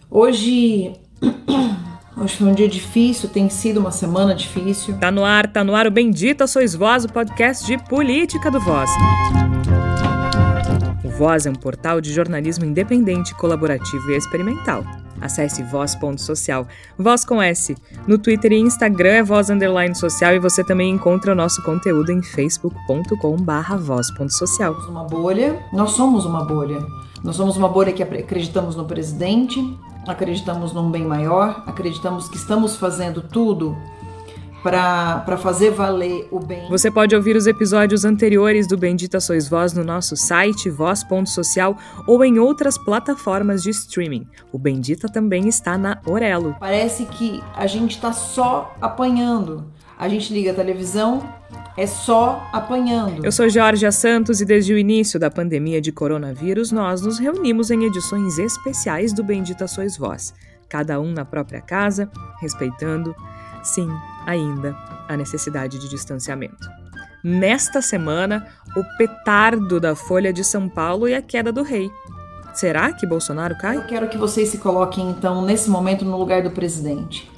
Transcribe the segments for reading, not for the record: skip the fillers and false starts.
Hoje foi um dia difícil, tem sido uma semana difícil. Tá no ar o Bendita Sois Vós, o podcast de política do Voz. O Voz é um portal de jornalismo independente, colaborativo e experimental. Acesse voz.social, Voz com S. No Twitter e Instagram é voz_social e você também encontra o nosso conteúdo em facebook.com/voz.social. Nós somos uma bolha. Nós somos uma bolha que acreditamos no presidente, acreditamos num bem maior, acreditamos que estamos fazendo tudo para fazer valer o bem. Você pode ouvir os episódios anteriores do Bendita Sois Vós no nosso site, voz.social, ou em outras plataformas de streaming. O Bendita também está na Orelo. Parece que a gente está só apanhando. A gente liga a televisão, é só apanhando. Eu sou Georgia Santos e desde o início da pandemia de coronavírus, nós nos reunimos em edições especiais do Bendita Sois Vós. Cada um na própria casa, respeitando, sim, ainda a necessidade de distanciamento. Nesta semana, o petardo da Folha de São Paulo e a queda do rei. Será que Bolsonaro cai? Eu quero que vocês se coloquem, então, nesse momento, no lugar do presidente.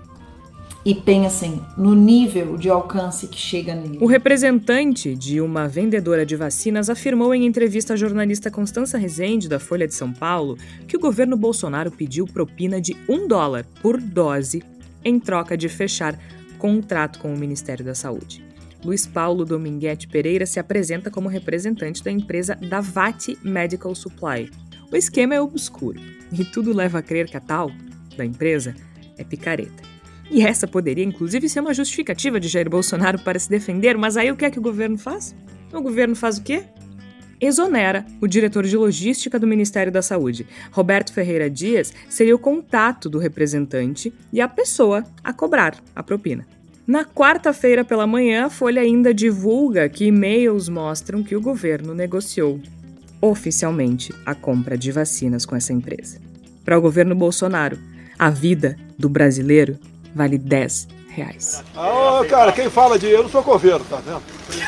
E pensem no nível de alcance que chega nele. O representante de uma vendedora de vacinas afirmou em entrevista à jornalista Constança Rezende, da Folha de São Paulo, que o governo Bolsonaro pediu propina de $1 por dose em troca de fechar contrato com o Ministério da Saúde. Luiz Paulo Dominguete Pereira se apresenta como representante da empresa Davat Medical Supply. O esquema é obscuro e tudo leva a crer que a tal da empresa é picareta. E essa poderia, inclusive, ser uma justificativa de Jair Bolsonaro para se defender, mas aí o que é que o governo faz? O governo faz o quê? Exonera o diretor de logística do Ministério da Saúde. Roberto Ferreira Dias seria o contato do representante e a pessoa a cobrar a propina. Na quarta-feira pela manhã, a Folha ainda divulga que e-mails mostram que o governo negociou oficialmente a compra de vacinas com essa empresa. Para o governo Bolsonaro, a vida do brasileiro vale R$10. Cara, quem fala de eu não sou coveiro, tá vendo?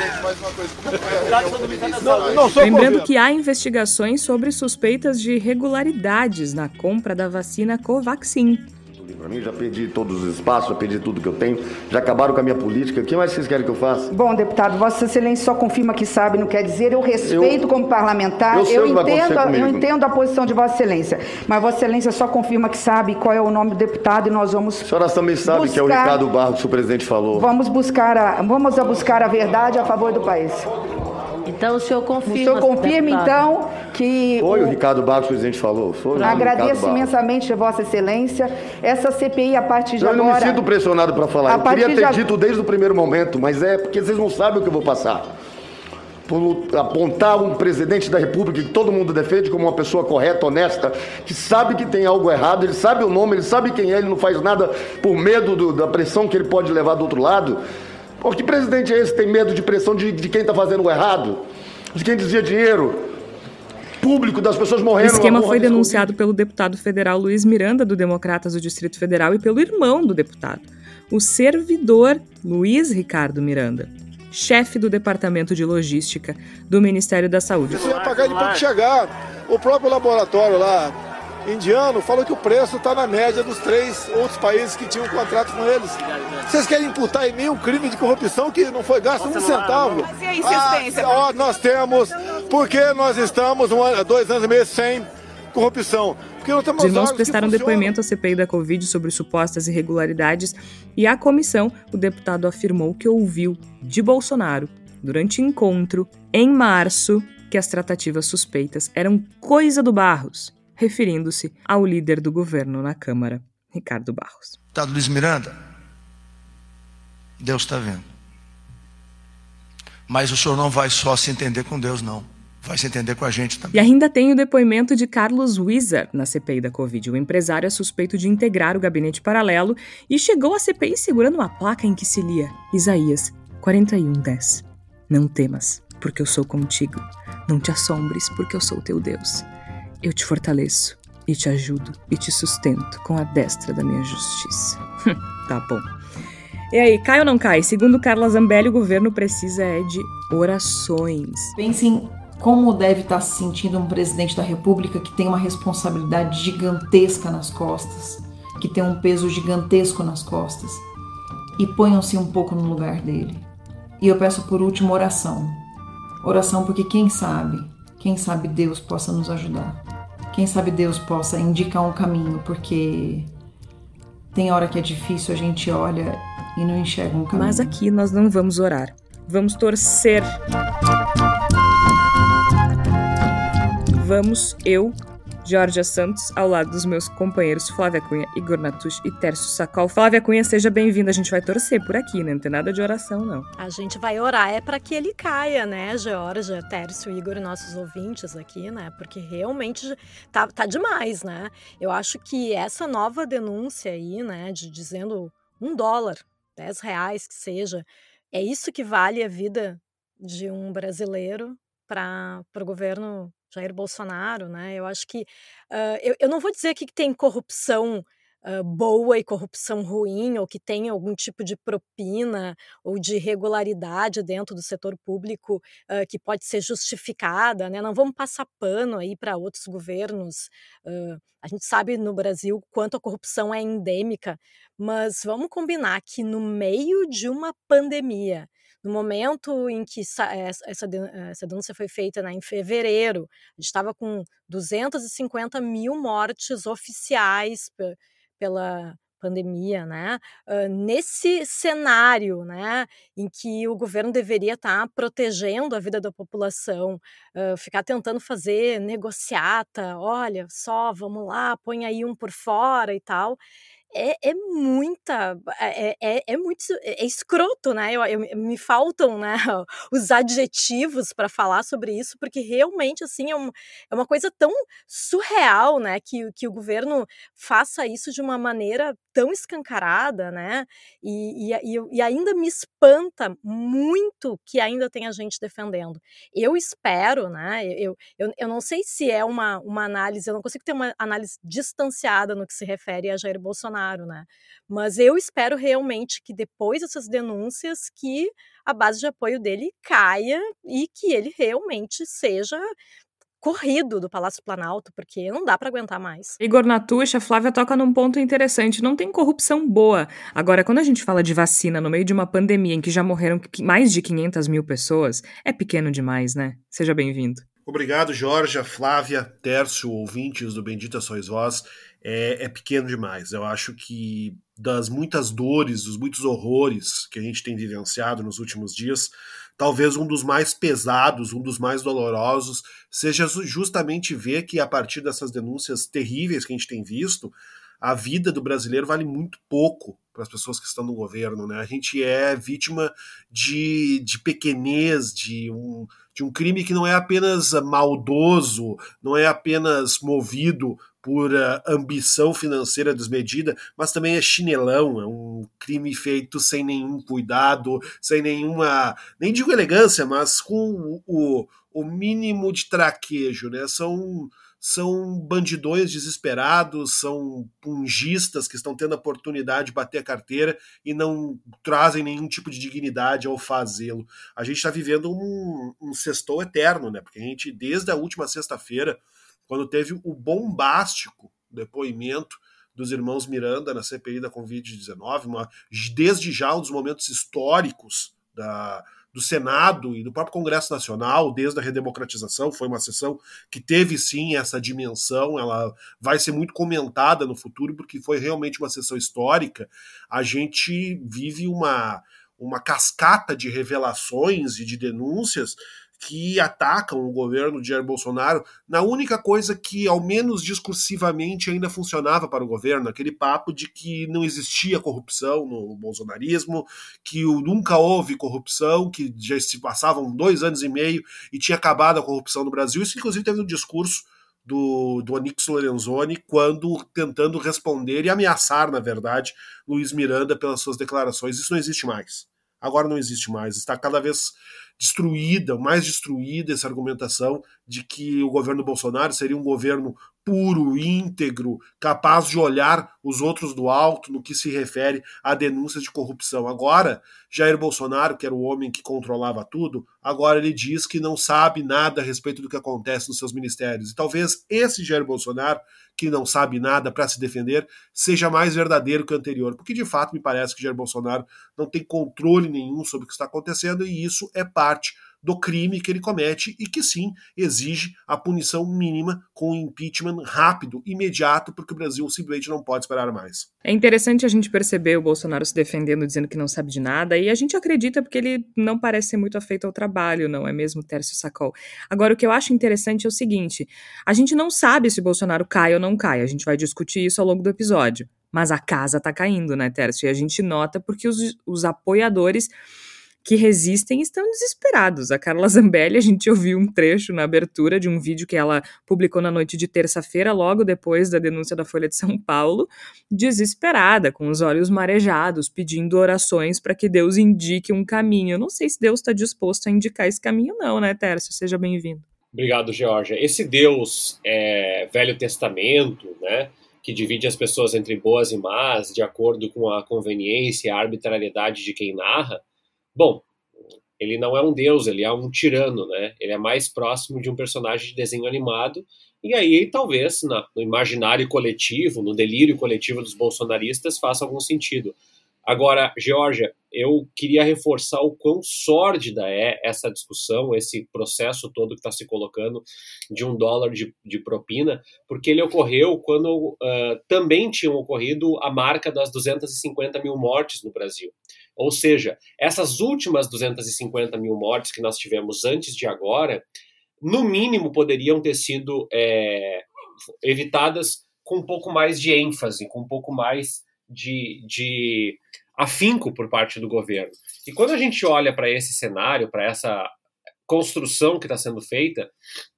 Não sou Lembrando coveiro. que há investigações sobre suspeitas de irregularidades na compra da vacina Covaxin. Para mim, já perdi todos os espaços, já perdi tudo que eu tenho, já acabaram com a minha política. O que mais vocês querem que eu faça? Bom, deputado, Vossa Excelência só confirma que sabe, não quer dizer. Eu respeito como parlamentar, eu entendo a posição de Vossa Excelência. Mas Vossa Excelência só confirma que sabe qual é o nome do deputado e nós vamos. A senhora também sabe que é o Ricardo Barros que o presidente falou. Vamos buscar a verdade a favor do país. Então o senhor confirma. O senhor confirma, então, que. Foi o Ricardo Barros que o presidente falou. Agradeço imensamente a Vossa Excelência. Essa CPI, a partir de agora. Eu não me sinto pressionado para falar. Eu queria ter dito desde o primeiro momento, mas é porque vocês não sabem o que eu vou passar. Por apontar um presidente da República que todo mundo defende como uma pessoa correta, honesta, que sabe que tem algo errado, ele sabe o nome, ele sabe quem é, ele não faz nada por medo da pressão que ele pode levar do outro lado. Pô, que presidente é esse que tem medo de pressão de quem está fazendo o errado? De quem desvia dinheiro público, das pessoas morrendo? O esquema foi denunciado pelo deputado federal Luiz Miranda, do Democratas do Distrito Federal, e pelo irmão do deputado, o servidor Luiz Ricardo Miranda, chefe do Departamento de Logística do Ministério da Saúde. Isso ia pagar depois de chegar. O próprio laboratório lá, indiano, falou que o preço está na média dos 3 outros países que tinham contrato com eles. Vocês querem imputar em mim um crime de corrupção que não foi gasto um centavo? Mas e a insistência? Nós temos, porque nós estamos 2 anos e meio sem corrupção. Porque não temos Os irmãos prestaram depoimento à CPI da Covid sobre supostas irregularidades e à comissão, o deputado afirmou que ouviu de Bolsonaro, durante encontro, em março, que as tratativas suspeitas eram coisa do Barros, referindo-se ao líder do governo na Câmara, Ricardo Barros. Deputado Luiz Miranda, Deus está vendo. Mas o senhor não vai só se entender com Deus, não. Vai se entender com a gente também. E ainda tem o depoimento de Carlos Wieser na CPI da Covid. O empresário é suspeito de integrar o gabinete paralelo e chegou à CPI segurando uma placa em que se lia Isaías 41:10. Não temas, porque eu sou contigo. Não te assombres, porque eu sou teu Deus. Eu te fortaleço e te ajudo e te sustento com a destra da minha justiça. Tá bom. E aí, cai ou não cai? Segundo Carla Zambelli, o governo precisa de orações. Pensem Como deve estar se sentindo um presidente da República que tem uma responsabilidade gigantesca nas costas, que tem um peso gigantesco nas costas. E ponham-se um pouco no lugar dele. E eu peço por último oração. Oração porque quem sabe Deus possa nos ajudar. Quem sabe Deus possa indicar um caminho, porque tem hora que é difícil, a gente olha e não enxerga um caminho. Mas aqui nós não vamos orar, vamos torcer. Vamos, eu, Georgia Santos, ao lado dos meus companheiros Flávia Cunha, Igor Natush e Tércio Sacol. Flávia Cunha, seja bem-vinda. A gente vai torcer por aqui, né? Não tem nada de oração, não. A gente vai orar para que ele caia, né, Georgia, Tércio, Igor e nossos ouvintes aqui, né? Porque realmente tá demais, né? Eu acho que essa nova denúncia aí, né, de dizendo $1, R$10 que seja, é isso que vale a vida de um brasileiro para o governo Jair Bolsonaro, né? Eu acho que eu não vou dizer que tem corrupção boa e corrupção ruim, ou que tem algum tipo de propina ou de irregularidade dentro do setor público que pode ser justificada, né? Não vamos passar pano aí para outros governos. A gente sabe no Brasil quanto a corrupção é endêmica, mas vamos combinar que no meio de uma pandemia, no momento em que essa denúncia foi feita, né, em fevereiro, a gente estava com 250 mil mortes oficiais pela pandemia, né? Nesse cenário, né, em que o governo deveria estar protegendo a vida da população, ficar tentando fazer negociata, olha só, vamos lá, põe aí um por fora e tal. É escroto, né? Me faltam, né, os adjetivos para falar sobre isso, porque realmente assim é uma coisa tão surreal, né, que o governo faça isso de uma maneira tão escancarada, né? E ainda me espanta muito que ainda tenha gente defendendo. Eu espero, né? Eu não sei se é uma análise, eu não consigo ter uma análise distanciada no que se refere a Jair Bolsonaro, né? Mas eu espero realmente que depois dessas denúncias que a base de apoio dele caia e que ele realmente seja corrido do Palácio Planalto, porque não dá para aguentar mais. Igor Natush, a Flávia toca num ponto interessante, não tem corrupção boa. Agora, quando a gente fala de vacina no meio de uma pandemia em que já morreram mais de 500 mil pessoas, é pequeno demais, né? Seja bem-vindo. Obrigado, Georgia, Flávia, Tércio, ouvintes do Bendita Sois Vós. É pequeno demais. Eu acho que das muitas dores, dos muitos horrores que a gente tem vivenciado nos últimos dias, talvez um dos mais pesados, um dos mais dolorosos, seja justamente ver que a partir dessas denúncias terríveis que a gente tem visto, a vida do brasileiro vale muito pouco para as pessoas que estão no governo, né? A gente é vítima de pequenez, de um crime que não é apenas maldoso, não é apenas movido por ambição financeira desmedida, mas também é chinelão, é um crime feito sem nenhum cuidado, sem nenhuma, nem digo elegância, mas com o mínimo de traquejo, né? São bandidões desesperados, são pungistas que estão tendo a oportunidade de bater a carteira e não trazem nenhum tipo de dignidade ao fazê-lo. A gente está vivendo um sextou eterno, né? Porque a gente, desde a última sexta-feira, quando teve o bombástico depoimento dos irmãos Miranda na CPI da Covid-19, desde já um dos momentos históricos do Senado e do próprio Congresso Nacional, desde a redemocratização, foi uma sessão que teve sim essa dimensão, ela vai ser muito comentada no futuro, porque foi realmente uma sessão histórica. A gente vive uma cascata de revelações e de denúncias que atacam o governo de Jair Bolsonaro na única coisa que, ao menos discursivamente, ainda funcionava para o governo, aquele papo de que não existia corrupção no bolsonarismo, que nunca houve corrupção, que já se passavam 2 anos e meio e tinha acabado a corrupção no Brasil. Isso, inclusive, teve no discurso do Onyx Lorenzoni, quando tentando responder e ameaçar, na verdade, Luiz Miranda pelas suas declarações. Isso não existe mais. Agora não existe mais. Está cada vez mais destruída essa argumentação de que o governo Bolsonaro seria um governo puro, íntegro, capaz de olhar os outros do alto no que se refere a denúncias de corrupção. Agora, Jair Bolsonaro, que era o homem que controlava tudo, agora ele diz que não sabe nada a respeito do que acontece nos seus ministérios. E talvez esse Jair Bolsonaro, que não sabe nada para se defender, seja mais verdadeiro que o anterior, porque de fato me parece que Jair Bolsonaro não tem controle nenhum sobre o que está acontecendo, e isso é parte do crime que ele comete e que sim exige a punição mínima com impeachment rápido, imediato, porque o Brasil simplesmente não pode esperar mais. É interessante a gente perceber o Bolsonaro se defendendo, dizendo que não sabe de nada, e a gente acredita porque ele não parece ser muito afeito ao trabalho, não é mesmo, Tércio Sacol? Agora, o que eu acho interessante é o seguinte, a gente não sabe se o Bolsonaro cai ou não cai, a gente vai discutir isso ao longo do episódio, mas a casa tá caindo, né, Tércio? E a gente nota porque os apoiadores que resistem estão desesperados. A Carla Zambelli, a gente ouviu um trecho na abertura de um vídeo que ela publicou na noite de terça-feira, logo depois da denúncia da Folha de São Paulo, desesperada, com os olhos marejados, pedindo orações para que Deus indique um caminho. Eu não sei se Deus está disposto a indicar esse caminho não, né, Tércio? Seja bem-vindo. Obrigado, Georgia. Esse Deus Velho Testamento, né, que divide as pessoas entre boas e más, de acordo com a conveniência e a arbitrariedade de quem narra, bom, ele não é um deus, ele é um tirano, né? Ele é mais próximo de um personagem de desenho animado, e aí talvez no imaginário coletivo, no delírio coletivo dos bolsonaristas faça algum sentido. Agora, Georgia, eu queria reforçar o quão sórdida é essa discussão, esse processo todo que está se colocando de $1 de propina, porque ele ocorreu quando também tinham ocorrido a marca das 250 mil mortes no Brasil. Ou seja, essas últimas 250 mil mortes que nós tivemos antes de agora, no mínimo poderiam ter sido evitadas com um pouco mais de ênfase, com um pouco mais de afinco por parte do governo. E quando a gente olha para esse cenário, para essa construção que está sendo feita,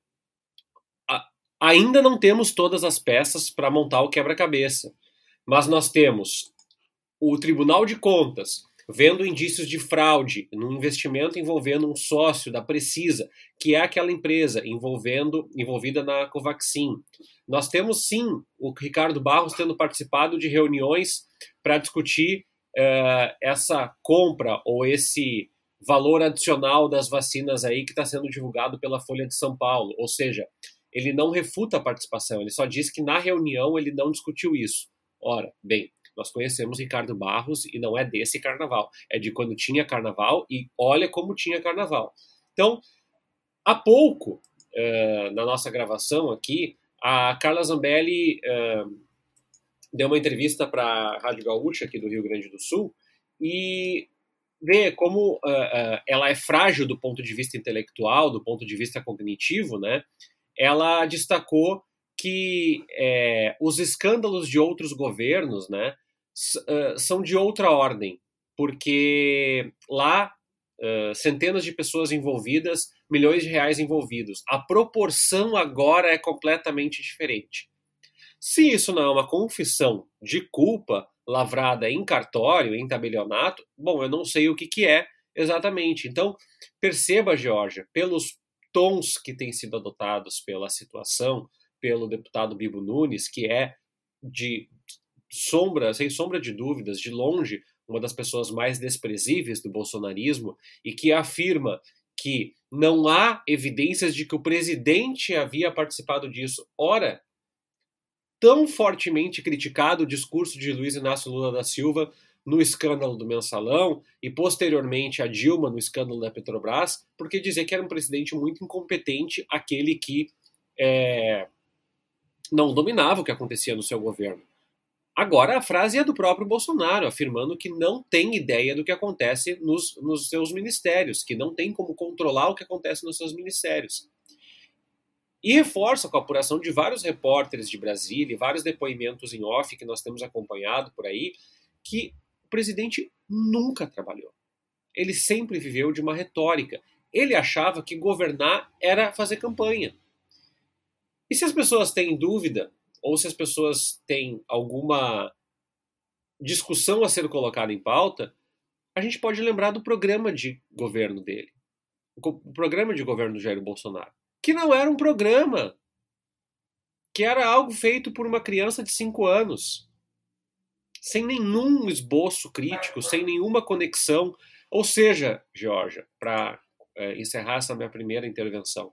ainda não temos todas as peças para montar o quebra-cabeça. Mas nós temos o Tribunal de Contas vendo indícios de fraude no investimento envolvendo um sócio da Precisa, que é aquela empresa envolvida na Covaxin. Nós temos, sim, o Ricardo Barros tendo participado de reuniões para discutir essa compra ou esse valor adicional das vacinas aí que está sendo divulgado pela Folha de São Paulo. Ou seja, ele não refuta a participação, ele só diz que na reunião ele não discutiu isso. Ora, bem, nós conhecemos Ricardo Barros e não é desse carnaval, é de quando tinha carnaval e olha como tinha carnaval. Então, há pouco, na nossa gravação aqui, a Carla Zambelli deu uma entrevista para a Rádio Gaúcha aqui do Rio Grande do Sul e vê como ela é frágil do ponto de vista intelectual, do ponto de vista cognitivo, né? Ela destacou que os escândalos de outros governos, né, são de outra ordem, porque lá centenas de pessoas envolvidas, milhões de reais envolvidos. A proporção agora é completamente diferente. Se isso não é uma confissão de culpa lavrada em cartório, em tabelionato, bom, eu não sei o que é exatamente. Então, perceba, Georgia, pelos tons que têm sido adotados pela situação, pelo deputado Bibo Nunes, que é, sem sombra de dúvidas, de longe, uma das pessoas mais desprezíveis do bolsonarismo e que afirma que não há evidências de que o presidente havia participado disso. Ora, tão fortemente criticado o discurso de Luiz Inácio Lula da Silva no escândalo do Mensalão e posteriormente a Dilma no escândalo da Petrobras, porque dizia que era um presidente muito incompetente, aquele que não dominava o que acontecia no seu governo. Agora a frase é do próprio Bolsonaro, afirmando que não tem ideia do que acontece nos seus ministérios, que não tem como controlar o que acontece nos seus ministérios. E reforça com a apuração de vários repórteres de Brasília e vários depoimentos em off que nós temos acompanhado por aí, que o presidente nunca trabalhou. Ele sempre viveu de uma retórica. Ele achava que governar era fazer campanha. E se as pessoas têm dúvida, ou se as pessoas têm alguma discussão a ser colocada em pauta, a gente pode lembrar do programa de governo dele. O programa de governo do Jair Bolsonaro. Que não era um programa. que era algo feito por uma criança de 5 anos, sem nenhum esboço crítico, sem nenhuma conexão. Ou seja, Georgia, para encerrar essa minha primeira intervenção,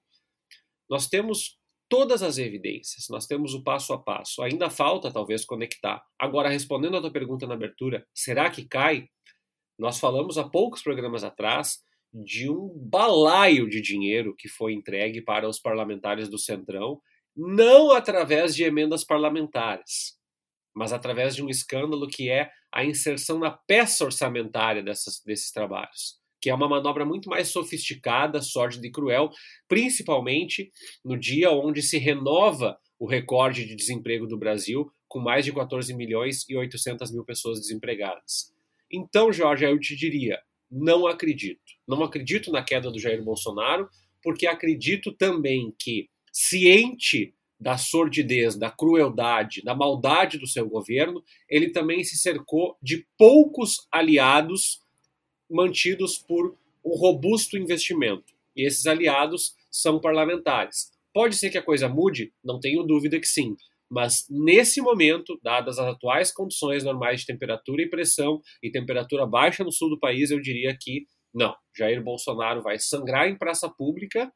nós temos todas as evidências, nós temos o passo a passo. Ainda falta, talvez, conectar. Agora, respondendo a tua pergunta na abertura, será que cai? Nós falamos há poucos programas atrás de um balaio de dinheiro que foi entregue para os parlamentares do Centrão, não através de emendas parlamentares, mas através de um escândalo que é a inserção na peça orçamentária desses trabalhos, que é uma manobra muito mais sofisticada, sórdida e cruel, principalmente no dia onde se renova o recorde de desemprego do Brasil, com mais de 14 milhões e 800 mil pessoas desempregadas. Então, Jorge, eu te diria, não acredito. Não acredito na queda do Jair Bolsonaro, porque acredito também que, ciente da sordidez, da crueldade, da maldade do seu governo, ele também se cercou de poucos aliados mantidos por um robusto investimento. E esses aliados são parlamentares. Pode ser que a coisa mude? Não tenho dúvida que sim. Mas, nesse momento, dadas as atuais condições normais de temperatura e pressão e temperatura baixa no sul do país, eu diria que não. Jair Bolsonaro vai sangrar em praça pública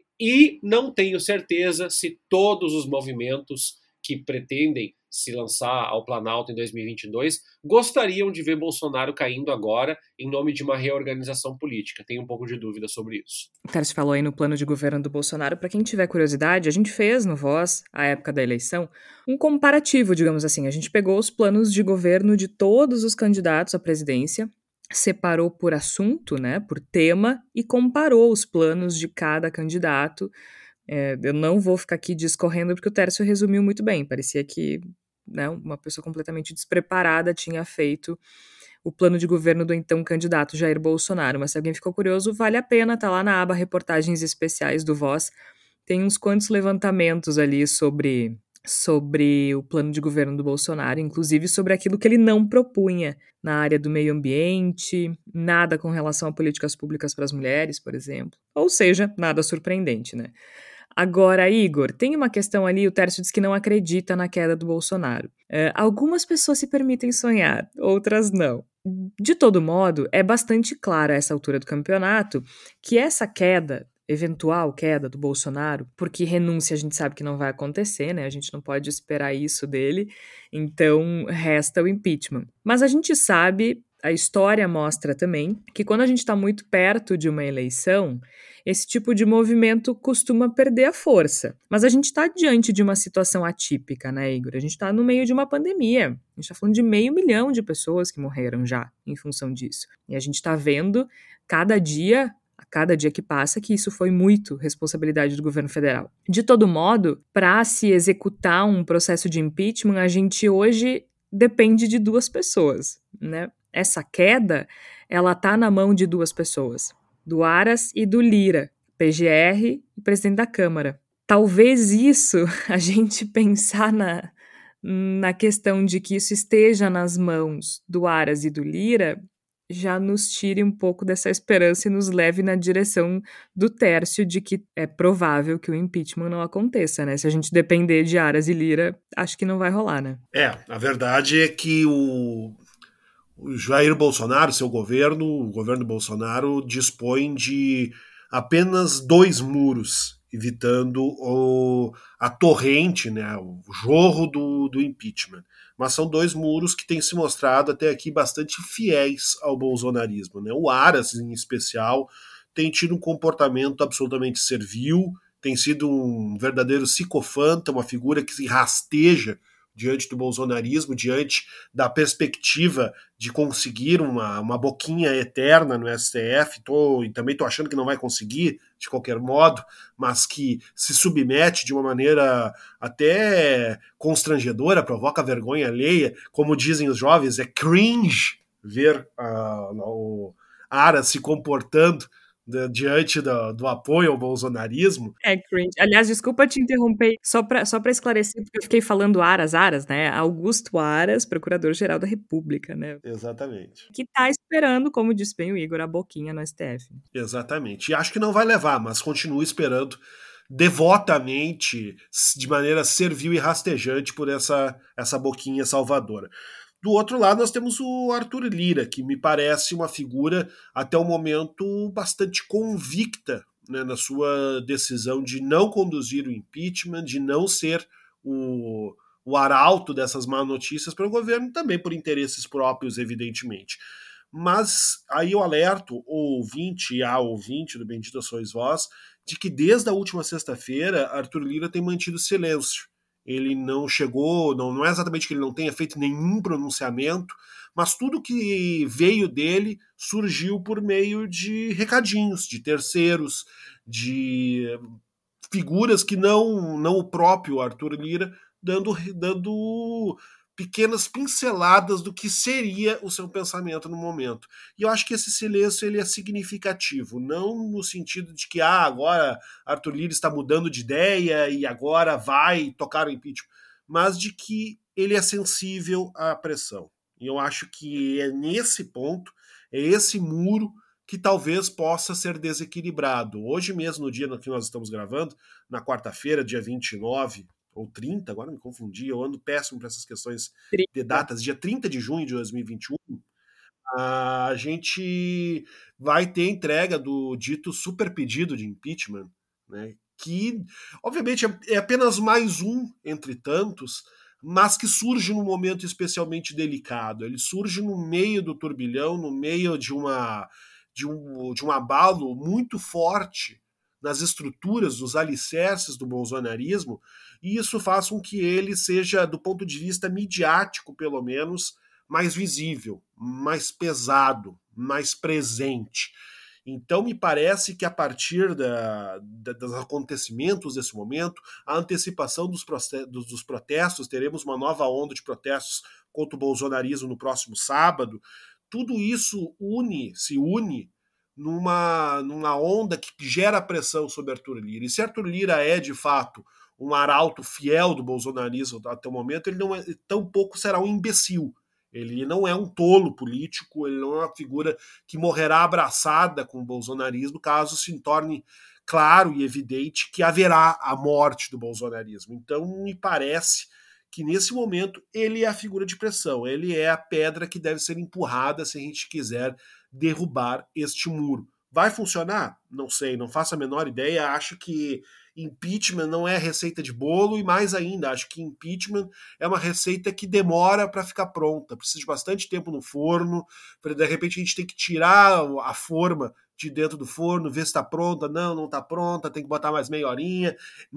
e não tenho certeza se todos os movimentos que pretendem se lançar ao Planalto em 2022 gostariam de ver Bolsonaro caindo agora em nome de uma reorganização política. Tenho um pouco de dúvida sobre isso. O Tércio falou aí no plano de governo do Bolsonaro. Para quem tiver curiosidade, a gente fez no Voz, à época da eleição, um comparativo, digamos assim. A gente pegou os planos de governo de todos os candidatos à presidência, separou por assunto, né, por tema, e comparou os planos de cada candidato. Eu não vou ficar aqui discorrendo porque o Tércio resumiu muito bem. Parecia que, né, uma pessoa completamente despreparada tinha feito o plano de governo do então candidato Jair Bolsonaro. Mas se alguém ficou curioso, vale a pena, tá lá na aba Reportagens Especiais do Voz. Tem uns quantos levantamentos ali sobre o plano de governo do Bolsonaro, inclusive sobre aquilo que ele não propunha na área do meio ambiente, nada com relação a políticas públicas para as mulheres, por exemplo. Ou seja, nada surpreendente, né? Agora, Igor, tem uma questão ali, o Tércio diz que não acredita na queda do Bolsonaro. Algumas pessoas se permitem sonhar, outras não. De todo modo, é bastante claro a essa altura do campeonato que essa queda, eventual queda do Bolsonaro, porque renúncia a gente sabe que não vai acontecer, né? A gente não pode esperar isso dele, então resta o impeachment. Mas a gente sabe, a história mostra também, que quando a gente está muito perto de uma eleição, esse tipo de movimento costuma perder a força. Mas a gente está diante de uma situação atípica, né, Igor? A gente está no meio de uma pandemia. A gente está falando de 500 mil de pessoas que morreram já em função disso. E a gente está vendo cada dia que passa, que isso foi muito responsabilidade do governo federal. De todo modo, para se executar um processo de impeachment, a gente hoje depende de 2 pessoas, né? Essa queda, ela tá na mão de 2 pessoas, do Aras e do Lira, PGR e presidente da Câmara. Talvez isso, a gente pensar na questão de que isso esteja nas mãos do Aras e do Lira, já nos tire um pouco dessa esperança e nos leve na direção do Tércio de que é provável que o impeachment não aconteça, né? Se a gente depender de Aras e Lira, acho que não vai rolar, né? A verdade é que o Jair Bolsonaro, seu governo, o governo Bolsonaro, dispõe de apenas 2 muros, evitando a torrente, né, o jorro do impeachment. Mas são 2 muros que têm se mostrado até aqui bastante fiéis ao bolsonarismo, né? O Aras, em especial, tem tido um comportamento absolutamente servil, tem sido um verdadeiro psicofanta, uma figura que se rasteja diante do bolsonarismo, diante da perspectiva de conseguir uma boquinha eterna no STF, e também estou achando que não vai conseguir, de qualquer modo, mas que se submete de uma maneira até constrangedora, provoca vergonha alheia, como dizem os jovens, é cringe ver o Aras se comportando diante do apoio ao bolsonarismo. É cringe. Aliás, desculpa te interromper, só pra esclarecer, porque eu fiquei falando Aras, né? Augusto Aras, Procurador-Geral da República, né? Exatamente. Que tá esperando, como disse bem o Igor, a boquinha no STF. Exatamente. E acho que não vai levar, mas continuo esperando devotamente, de maneira servil e rastejante por essa boquinha salvadora. Do outro lado, nós temos o Arthur Lira, que me parece uma figura, até o momento, bastante convicta, né, na sua decisão de não conduzir o impeachment, de não ser o arauto dessas más notícias para o governo, também por interesses próprios, evidentemente. Mas aí eu alerto o ouvinte e a ouvinte do Bendita Sois Vós de que desde a última sexta-feira Arthur Lira tem mantido silêncio. Ele não chegou, não é exatamente que ele não tenha feito nenhum pronunciamento, mas tudo que veio dele surgiu por meio de recadinhos, de terceiros, de figuras que não o próprio Arthur Lira, dando pequenas pinceladas do que seria o seu pensamento no momento. E eu acho que esse silêncio ele é significativo, não no sentido de que agora Arthur Lira está mudando de ideia e agora vai tocar o impeachment, mas de que ele é sensível à pressão. E eu acho que é nesse ponto, é esse muro que talvez possa ser desequilibrado. Hoje mesmo, no dia no que nós estamos gravando, na quarta-feira, dia 29 ou 30, agora me confundi, eu ando péssimo para essas questões 30. De datas, dia 30 de junho de 2021, a gente vai ter entrega do dito super pedido de impeachment, né, que obviamente é apenas mais um entre tantos, mas que surge num momento especialmente delicado. Ele surge no meio do turbilhão, no meio de um abalo muito forte nas estruturas, dos alicerces do bolsonarismo, e isso faz com que ele seja, do ponto de vista midiático, pelo menos, mais visível, mais pesado, mais presente. Então, me parece que a partir dos acontecimentos desse momento, a antecipação dos protestos, teremos uma nova onda de protestos contra o bolsonarismo no próximo sábado, tudo isso se une numa onda que gera pressão sobre Arthur Lira. E se Arthur Lira é, de fato, um arauto fiel do bolsonarismo até o momento, ele não é, tampouco será um imbecil. Ele não é um tolo político, ele não é uma figura que morrerá abraçada com o bolsonarismo, caso se torne claro e evidente que haverá a morte do bolsonarismo. Então, me parece que, nesse momento, ele é a figura de pressão, ele é a pedra que deve ser empurrada se a gente quiser derrubar este muro. Vai funcionar? Não sei, não faço a menor ideia. Acho que impeachment não é receita de bolo e, mais ainda, acho que impeachment é uma receita que demora para ficar pronta. Precisa de bastante tempo no forno, de repente a gente tem que tirar a forma de dentro do forno, ver se está pronta. Não está pronta, tem que botar mais meia horinha.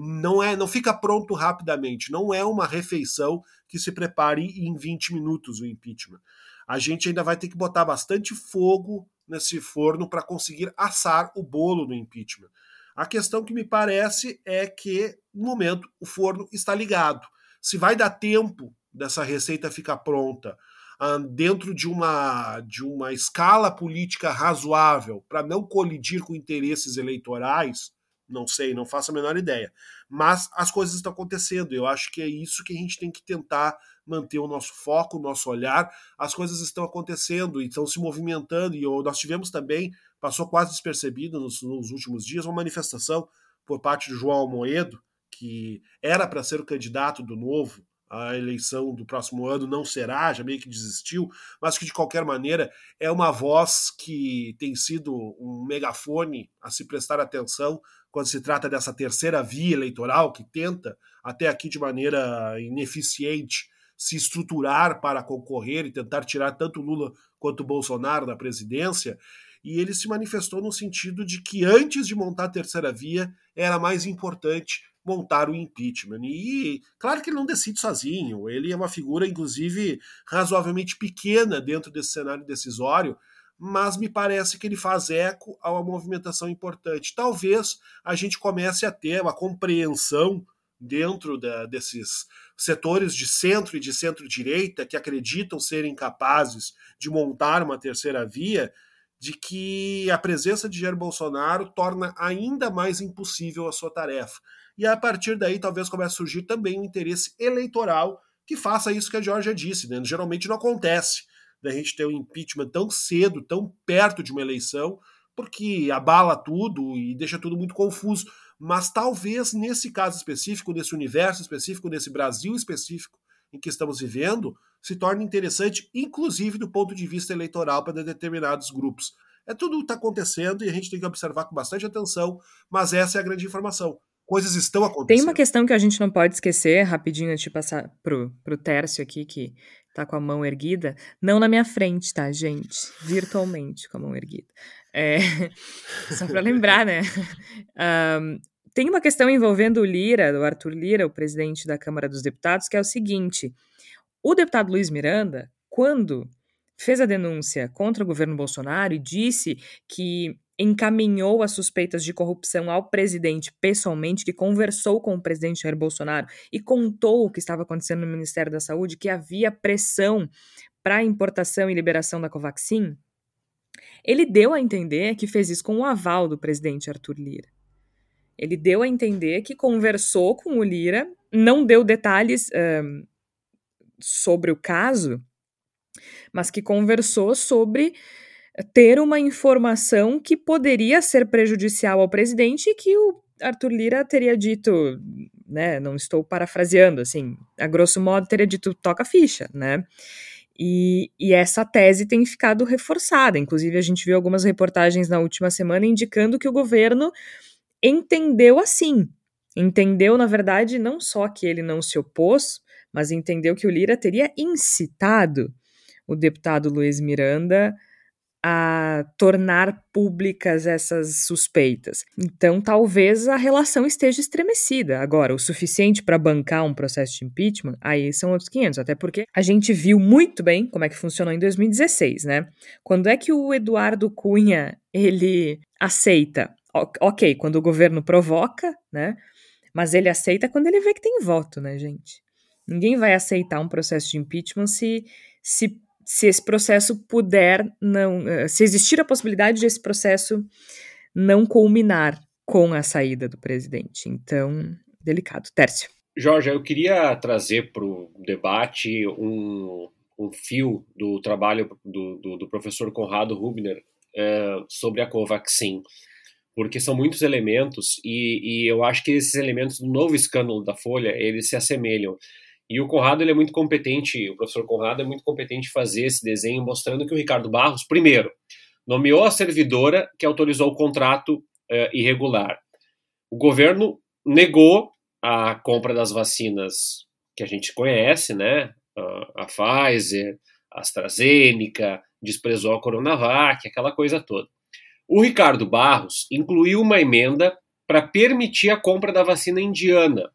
Não fica pronto rapidamente. Não é uma refeição que se prepare em 20 minutos o impeachment. A gente ainda vai ter que botar bastante fogo nesse forno para conseguir assar o bolo do impeachment. A questão que me parece é que, no momento, o forno está ligado. Se vai dar tempo dessa receita ficar pronta dentro de uma escala política razoável para não colidir com interesses eleitorais, não sei, não faço a menor ideia. Mas as coisas estão acontecendo. Eu acho que é isso que a gente tem que tentar manter o nosso foco, o nosso olhar. As coisas estão acontecendo e estão se movimentando. E nós tivemos também, passou quase despercebido nos últimos dias, uma manifestação por parte do João Amoedo, que era para ser o candidato do Novo à eleição do próximo ano, não será, já meio que desistiu, mas que de qualquer maneira é uma voz que tem sido um megafone a se prestar atenção quando se trata dessa terceira via eleitoral que tenta, até aqui de maneira ineficiente, se estruturar para concorrer e tentar tirar tanto Lula quanto Bolsonaro da presidência. E ele se manifestou no sentido de que antes de montar a terceira via era mais importante montar o impeachment. E claro que ele não decide sozinho, ele é uma figura, inclusive, razoavelmente pequena dentro desse cenário decisório, mas me parece que ele faz eco a uma movimentação importante. Talvez a gente comece a ter uma compreensão dentro desses setores de centro e de centro-direita que acreditam serem capazes de montar uma terceira via, de que a presença de Jair Bolsonaro torna ainda mais impossível a sua tarefa. E a partir daí talvez comece a surgir também um interesse eleitoral que faça isso que a Georgia disse, né? Geralmente não acontece da gente ter um impeachment tão cedo, tão perto de uma eleição, porque abala tudo e deixa tudo muito confuso. mas talvez nesse caso específico, nesse universo específico, nesse Brasil específico em que estamos vivendo, se torne interessante, inclusive do ponto de vista eleitoral para determinados grupos. Tudo está acontecendo e a gente tem que observar com bastante atenção, mas essa é a grande informação. Coisas estão acontecendo. Tem uma questão que a gente não pode esquecer, rapidinho, antes de passar pro Tércio aqui, que tá com a mão erguida. Não na minha frente, tá, gente? Virtualmente com a mão erguida. Só para lembrar, né? Tem uma questão envolvendo o Arthur Lira, o presidente da Câmara dos Deputados, que é o seguinte: o deputado Luiz Miranda, quando fez a denúncia contra o governo Bolsonaro e disse que encaminhou as suspeitas de corrupção ao presidente pessoalmente, que conversou com o presidente Jair Bolsonaro e contou o que estava acontecendo no Ministério da Saúde, que havia pressão para a importação e liberação da Covaxin, ele deu a entender que fez isso com o aval do presidente Arthur Lira. Ele deu a entender que conversou com o Lira, não deu detalhes sobre o caso, mas que conversou sobre ter uma informação que poderia ser prejudicial ao presidente e que o Arthur Lira teria dito, né, não estou parafraseando, assim, a grosso modo teria dito toca a ficha, né? E essa tese tem ficado reforçada. Inclusive, a gente viu algumas reportagens na última semana indicando que o governo entendeu assim. Entendeu, na verdade, não só que ele não se opôs, mas entendeu que o Lira teria incitado o deputado Luiz Miranda a tornar públicas essas suspeitas. Então, talvez a relação esteja estremecida. Agora, o suficiente para bancar um processo de impeachment, aí são outros 500, até porque a gente viu muito bem como é que funcionou em 2016, né? Quando é que o Eduardo Cunha, ele aceita? Ok, quando o governo provoca, né? Mas ele aceita quando ele vê que tem voto, né, gente? Ninguém vai aceitar um processo de impeachment se esse processo puder não... Se existir a possibilidade de esse processo não culminar com a saída do presidente. Então, delicado. Tércio. Jorge, eu queria trazer para o debate um fio do trabalho do professor Conrado Rubner sobre a Covaxin, porque são muitos elementos e eu acho que esses elementos do novo escândalo da Folha, eles se assemelham. E o Conrado, ele é muito competente, o professor Conrado é muito competente em fazer esse desenho, mostrando que o Ricardo Barros, primeiro, nomeou a servidora que autorizou o contrato irregular. O governo negou a compra das vacinas que a gente conhece, né? A Pfizer, a AstraZeneca, desprezou a Coronavac, aquela coisa toda. O Ricardo Barros incluiu uma emenda para permitir a compra da vacina indiana.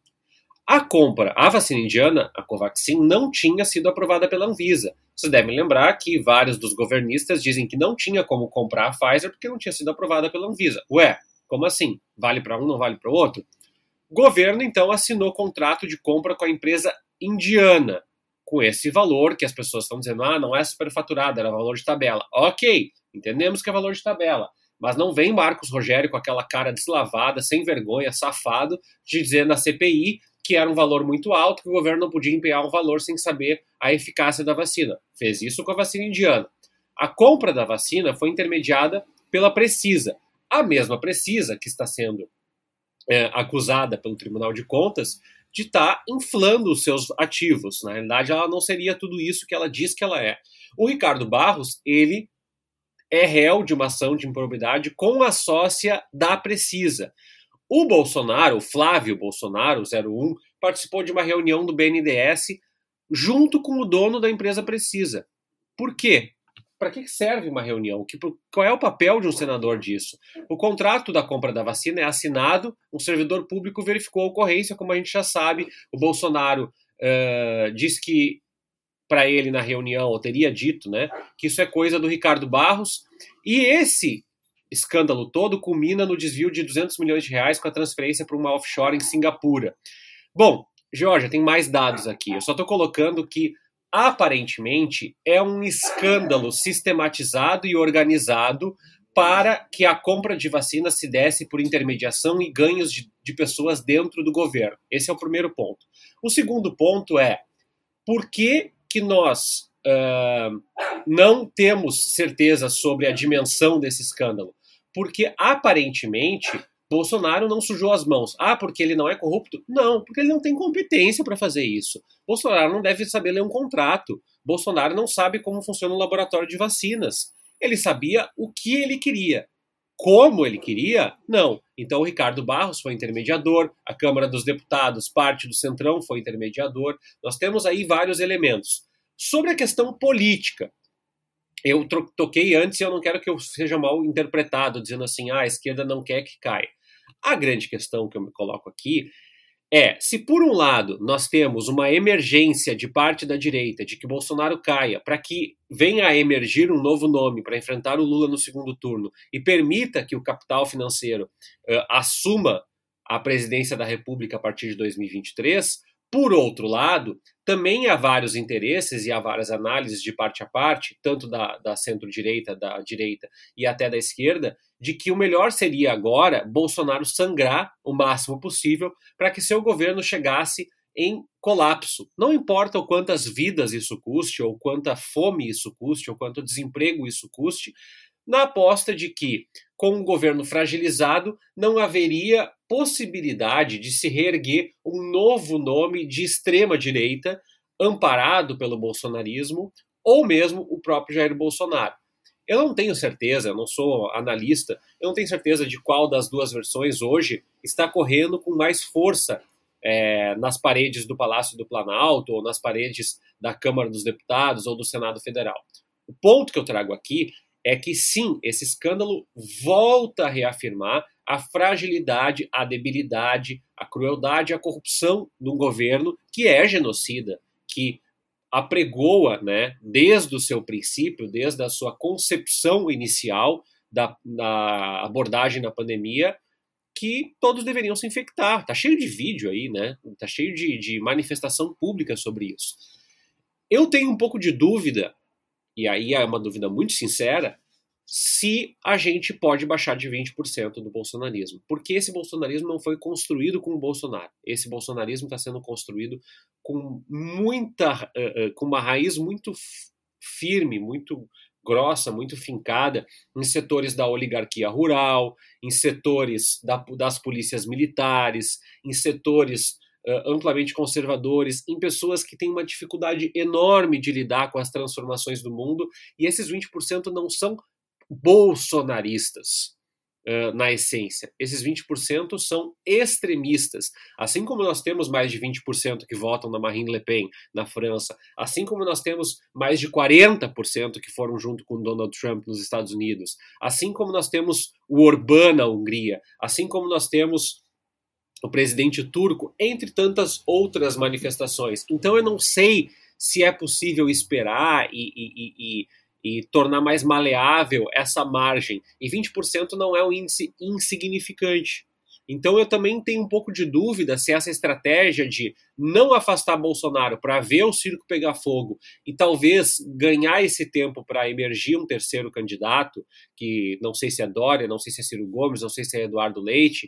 A vacina indiana, a Covaxin, não tinha sido aprovada pela Anvisa. Vocês devem lembrar que vários dos governistas dizem que não tinha como comprar a Pfizer porque não tinha sido aprovada pela Anvisa. Ué, como assim? Vale para um, não vale para o outro? O governo, então, assinou contrato de compra com a empresa indiana, com esse valor que as pessoas estão dizendo, não é superfaturado, era valor de tabela. Ok, entendemos que é valor de tabela. Mas não vem Marcos Rogério com aquela cara deslavada, sem vergonha, safado, de dizer na CPI que era um valor muito alto, que o governo não podia empenhar um valor sem saber a eficácia da vacina. Fez isso com a vacina indiana. A compra da vacina foi intermediada pela Precisa. A mesma Precisa que está sendo acusada pelo Tribunal de Contas de estar inflando os seus ativos. Na realidade, ela não seria tudo isso que ela diz que ela é. O Ricardo Barros, ele é réu de uma ação de improbidade com a sócia da Precisa. O Bolsonaro, o Flávio Bolsonaro, 01, participou de uma reunião do BNDES junto com o dono da empresa Precisa. Por quê? Para que serve uma reunião? Qual é o papel de um senador disso? O contrato da compra da vacina é assinado, um servidor público verificou a ocorrência, como a gente já sabe. O Bolsonaro disse que, para ele na reunião, ou teria dito, né, que isso é coisa do Ricardo Barros, e esse escândalo todo culmina no desvio de 200 milhões de reais com a transferência para uma offshore em Singapura. Bom, Georgia, tem mais dados aqui. Eu só estou colocando que, aparentemente, é um escândalo sistematizado e organizado para que a compra de vacinas se desse por intermediação e ganhos de pessoas dentro do governo. Esse é o primeiro ponto. O segundo ponto é, por que nós não temos certeza sobre a dimensão desse escândalo? Porque, aparentemente, Bolsonaro não sujou as mãos. Ah, porque ele não é corrupto? Não, porque ele não tem competência para fazer isso. Bolsonaro não deve saber ler um contrato. Bolsonaro não sabe como funciona um laboratório de vacinas. Ele sabia o que ele queria. Como ele queria? Não. Então o Ricardo Barros foi intermediador, a Câmara dos Deputados, parte do Centrão foi intermediador. Nós temos aí vários elementos. Sobre a questão política, eu toquei antes e eu não quero que eu seja mal interpretado, dizendo assim, a esquerda não quer que caia. A grande questão que eu me coloco aqui é, se por um lado nós temos uma emergência de parte da direita de que Bolsonaro caia para que venha a emergir um novo nome para enfrentar o Lula no segundo turno e permita que o capital financeiro assuma a presidência da República a partir de 2023, por outro lado, também há vários interesses e há várias análises de parte a parte, tanto da centro-direita, da direita e até da esquerda, de que o melhor seria agora Bolsonaro sangrar o máximo possível para que seu governo chegasse em colapso. Não importa o quantas vidas isso custe, ou quanta fome isso custe, ou quanto desemprego isso custe, na aposta de que, com um governo fragilizado, não haveria possibilidade de se reerguer um novo nome de extrema-direita, amparado pelo bolsonarismo, ou mesmo o próprio Jair Bolsonaro. Eu não tenho certeza, eu não sou analista, eu não tenho certeza de qual das duas versões hoje está correndo com mais força nas paredes do Palácio do Planalto, ou nas paredes da Câmara dos Deputados, ou do Senado Federal. O ponto que eu trago aqui é que sim, esse escândalo volta a reafirmar a fragilidade, a debilidade, a crueldade, a corrupção de um governo que é genocida, que apregoa, né, desde o seu princípio, desde a sua concepção inicial da abordagem na pandemia, que todos deveriam se infectar. Tá cheio de vídeo aí, né? Tá cheio de manifestação pública sobre isso. Eu tenho um pouco de dúvida, e aí é uma dúvida muito sincera, se a gente pode baixar de 20% do bolsonarismo. Porque esse bolsonarismo não foi construído com o Bolsonaro. Esse bolsonarismo está sendo construído com uma raiz muito firme, muito grossa, muito fincada em setores da oligarquia rural, em setores das polícias militares, em setores amplamente conservadores, em pessoas que têm uma dificuldade enorme de lidar com as transformações do mundo, e esses 20% não são bolsonaristas na essência. Esses 20% são extremistas. Assim como nós temos mais de 20% que votam na Marine Le Pen na França, assim como nós temos mais de 40% que foram junto com Donald Trump nos Estados Unidos, assim como nós temos o Orbán na Hungria, assim como nós temos o presidente turco, entre tantas outras manifestações. Então eu não sei se é possível esperar e tornar mais maleável essa margem. E 20% não é um índice insignificante. Então eu também tenho um pouco de dúvida se essa estratégia de não afastar Bolsonaro para ver o circo pegar fogo e talvez ganhar esse tempo para emergir um terceiro candidato, que não sei se é Dória, não sei se é Ciro Gomes, não sei se é Eduardo Leite,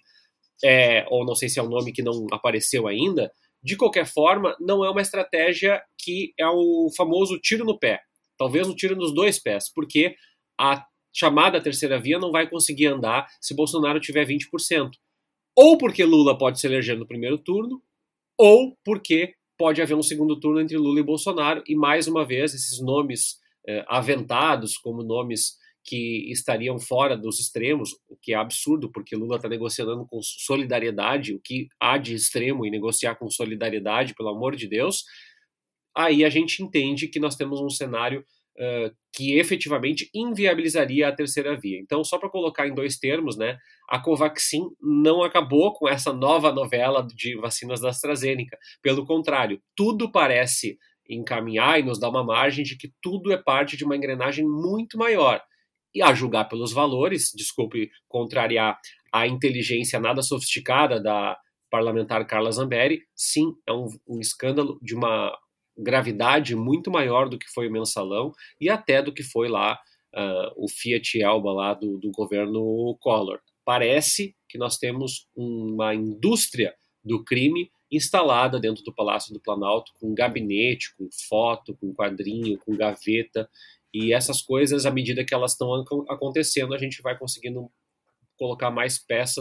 ou não sei se é um nome que não apareceu ainda, de qualquer forma, não é uma estratégia que é o famoso tiro no pé. Talvez um tiro nos dois pés, porque a chamada terceira via não vai conseguir andar se Bolsonaro tiver 20%. Ou porque Lula pode se eleger no primeiro turno, ou porque pode haver um segundo turno entre Lula e Bolsonaro, e mais uma vez esses nomes aventados como nomes que estariam fora dos extremos, o que é absurdo, porque Lula está negociando com solidariedade, o que há de extremo em negociar com solidariedade, pelo amor de Deus. Aí a gente entende que nós temos um cenário que efetivamente inviabilizaria a terceira via. Então, só para colocar em dois termos, né, a Covaxin não acabou com essa nova novela de vacinas da AstraZeneca. Pelo contrário, tudo parece encaminhar e nos dar uma margem de que tudo é parte de uma engrenagem muito maior. E a julgar pelos valores, desculpe contrariar a inteligência nada sofisticada da parlamentar Carla Zambelli, sim, é um escândalo de uma gravidade muito maior do que foi o mensalão e até do que foi lá o Fiat Elba lá do governo Collor. Parece que nós temos uma indústria do crime instalada dentro do Palácio do Planalto, com gabinete, com foto, com quadrinho, com gaveta, e essas coisas, à medida que elas estão acontecendo, a gente vai conseguindo colocar mais peças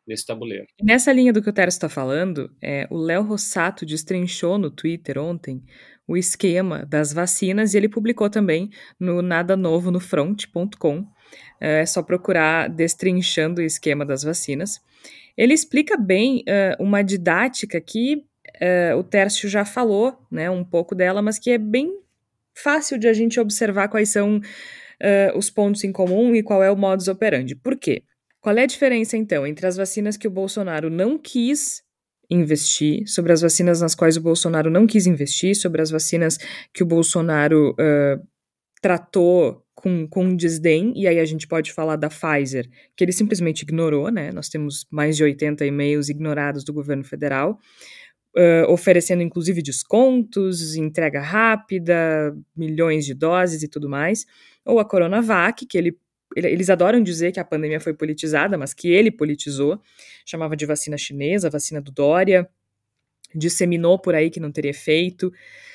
nesse tabuleiro. Nessa linha do que o Tércio está falando, o Léo Rossato destrinchou no Twitter ontem o esquema das vacinas e ele publicou também no nadanovonofront.com. É só procurar destrinchando o esquema das vacinas. Ele explica bem uma didática que o Tércio já falou, né, um pouco dela, mas que é bem fácil de a gente observar quais são os pontos em comum e qual é o modus operandi. Por quê? Qual é a diferença, então, entre as vacinas que o Bolsonaro não quis investir, sobre as vacinas nas quais o Bolsonaro não quis investir, sobre as vacinas que o Bolsonaro tratou com desdém, e aí a gente pode falar da Pfizer, que ele simplesmente ignorou, né? Nós temos mais de 80 e-mails ignorados do governo federal, oferecendo inclusive descontos, entrega rápida, milhões de doses e tudo mais, ou a Coronavac, que eles adoram dizer que a pandemia foi politizada, mas que ele politizou, chamava de vacina chinesa, vacina do Dória, disseminou por aí que não teria efeito,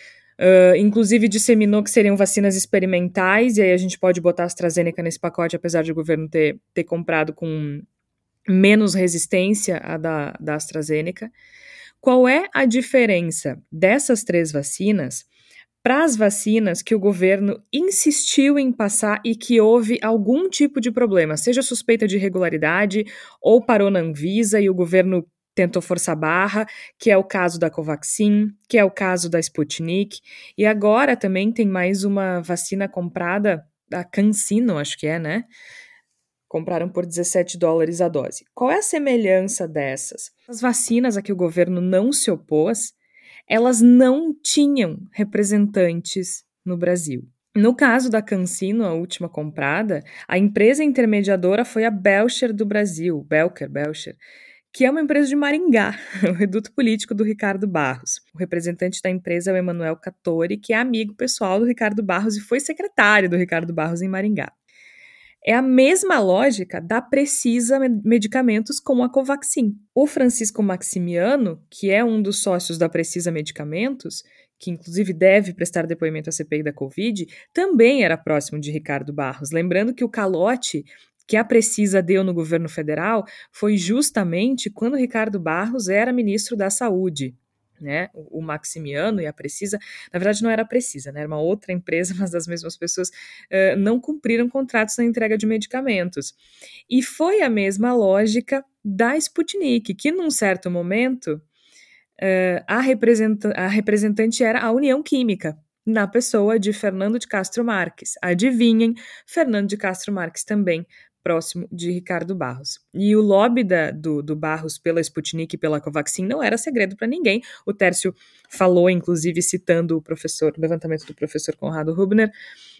inclusive disseminou que seriam vacinas experimentais, e aí a gente pode botar a AstraZeneca nesse pacote, apesar de o governo ter comprado com menos resistência à da AstraZeneca. Qual é a diferença dessas 3 vacinas para as vacinas que o governo insistiu em passar e que houve algum tipo de problema, seja suspeita de irregularidade ou parou na Anvisa e o governo tentou forçar a barra, que é o caso da Covaxin, que é o caso da Sputnik, e agora também tem mais uma vacina comprada, a CanSino, acho que é, né? Compraram por $17 a dose. Qual é a semelhança dessas? As vacinas a que o governo não se opôs, elas não tinham representantes no Brasil. No caso da CanSino, a última comprada, a empresa intermediadora foi a Belcher do Brasil, Belcher, que é uma empresa de Maringá, o reduto político do Ricardo Barros. O representante da empresa é o Emanuel Cattori, que é amigo pessoal do Ricardo Barros e foi secretário do Ricardo Barros em Maringá. É a mesma lógica da Precisa Medicamentos com a Covaxin. O Francisco Maximiano, que é um dos sócios da Precisa Medicamentos, que inclusive deve prestar depoimento à CPI da Covid, também era próximo de Ricardo Barros. Lembrando que o calote que a Precisa deu no governo federal foi justamente quando Ricardo Barros era ministro da Saúde. Né, o Maximiano e a Precisa, na verdade não era a Precisa, né, era uma outra empresa, mas das mesmas pessoas, não cumpriram contratos na entrega de medicamentos. E foi a mesma lógica da Sputnik, que num certo momento a representante era a União Química, na pessoa de Fernando de Castro Marques. Adivinhem, Fernando de Castro Marques também próximo de Ricardo Barros. E o lobby do Barros pela Sputnik e pela Covaxin não era segredo para ninguém. O Tércio falou, inclusive, citando o levantamento do professor Conrado Hubner,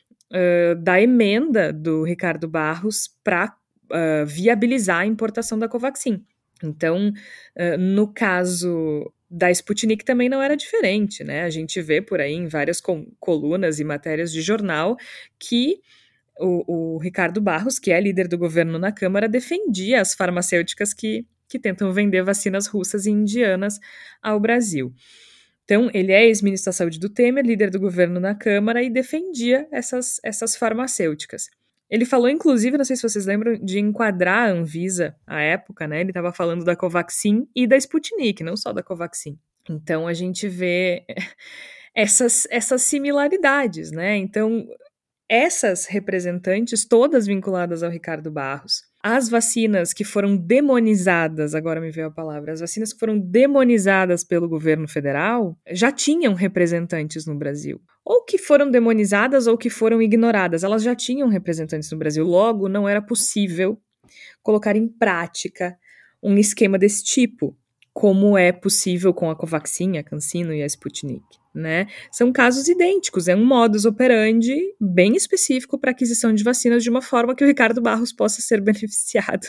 da emenda do Ricardo Barros para viabilizar a importação da Covaxin. Então, no caso da Sputnik também não era diferente, né? A gente vê por aí em várias colunas e matérias de jornal que o Ricardo Barros, que é líder do governo na Câmara, defendia as farmacêuticas que tentam vender vacinas russas e indianas ao Brasil. Então, ele é ex-ministro da Saúde do Temer, líder do governo na Câmara, e defendia essas farmacêuticas. Ele falou, inclusive, não sei se vocês lembram, de enquadrar a Anvisa à época, né? Ele estava falando da Covaxin e da Sputnik, não só da Covaxin. Então, a gente vê essas similaridades, né? Então, essas representantes, todas vinculadas ao Ricardo Barros, as vacinas que foram demonizadas, agora me veio a palavra, as vacinas que foram demonizadas pelo governo federal, já tinham representantes no Brasil. Ou que foram demonizadas ou que foram ignoradas, elas já tinham representantes no Brasil. Logo, não era possível colocar em prática um esquema desse tipo, como é possível com a Covaxin, a CanSino e a Sputnik. Né? São casos idênticos, é um modus operandi bem específico para aquisição de vacinas de uma forma que o Ricardo Barros possa ser beneficiado.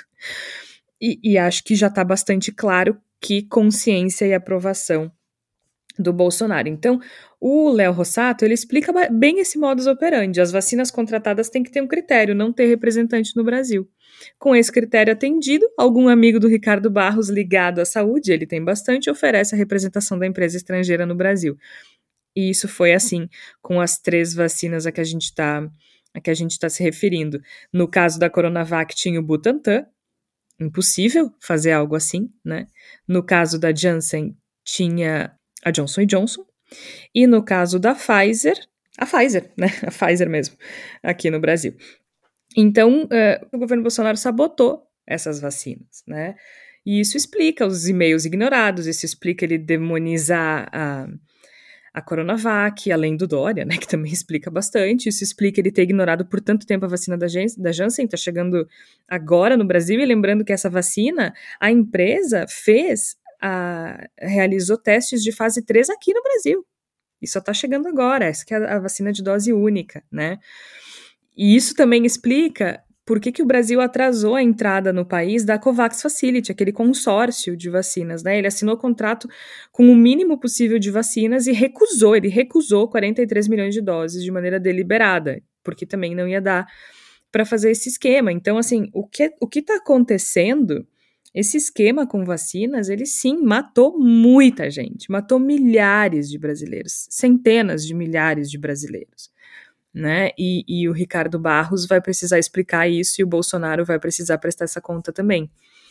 E acho que já está bastante claro que consciência e aprovação do Bolsonaro. Então, o Léo Rossato, ele explica bem esse modus operandi. As vacinas contratadas têm que ter um critério, não ter representante no Brasil. Com esse critério atendido, algum amigo do Ricardo Barros ligado à saúde, ele tem bastante, oferece a representação da empresa estrangeira no Brasil. E isso foi assim com as 3 vacinas a que a gente está se referindo. No caso da Coronavac tinha o Butantan, impossível fazer algo assim, né? No caso da Janssen, tinha a Johnson & Johnson, e no caso da Pfizer, a Pfizer, né? A Pfizer mesmo, aqui no Brasil. Então, o governo Bolsonaro sabotou essas vacinas, né? E isso explica os e-mails ignorados, isso explica ele demonizar a Coronavac, além do Dória, né, que também explica bastante. Isso explica ele ter ignorado por tanto tempo a vacina da Janssen, está chegando agora no Brasil, e lembrando que essa vacina, a empresa realizou testes de fase 3 aqui no Brasil, e só está chegando agora, essa que é a vacina de dose única, né? E isso também explica por que o Brasil atrasou a entrada no país da COVAX Facility, aquele consórcio de vacinas, né? Ele assinou contrato com o mínimo possível de vacinas e ele recusou 43 milhões de doses de maneira deliberada, porque também não ia dar para fazer esse esquema. Então, assim, o que está acontecendo, esse esquema com vacinas, ele sim matou muita gente, matou milhares de brasileiros, centenas de milhares de brasileiros, né? E o Ricardo Barros vai precisar explicar isso, e o Bolsonaro vai precisar prestar essa conta também.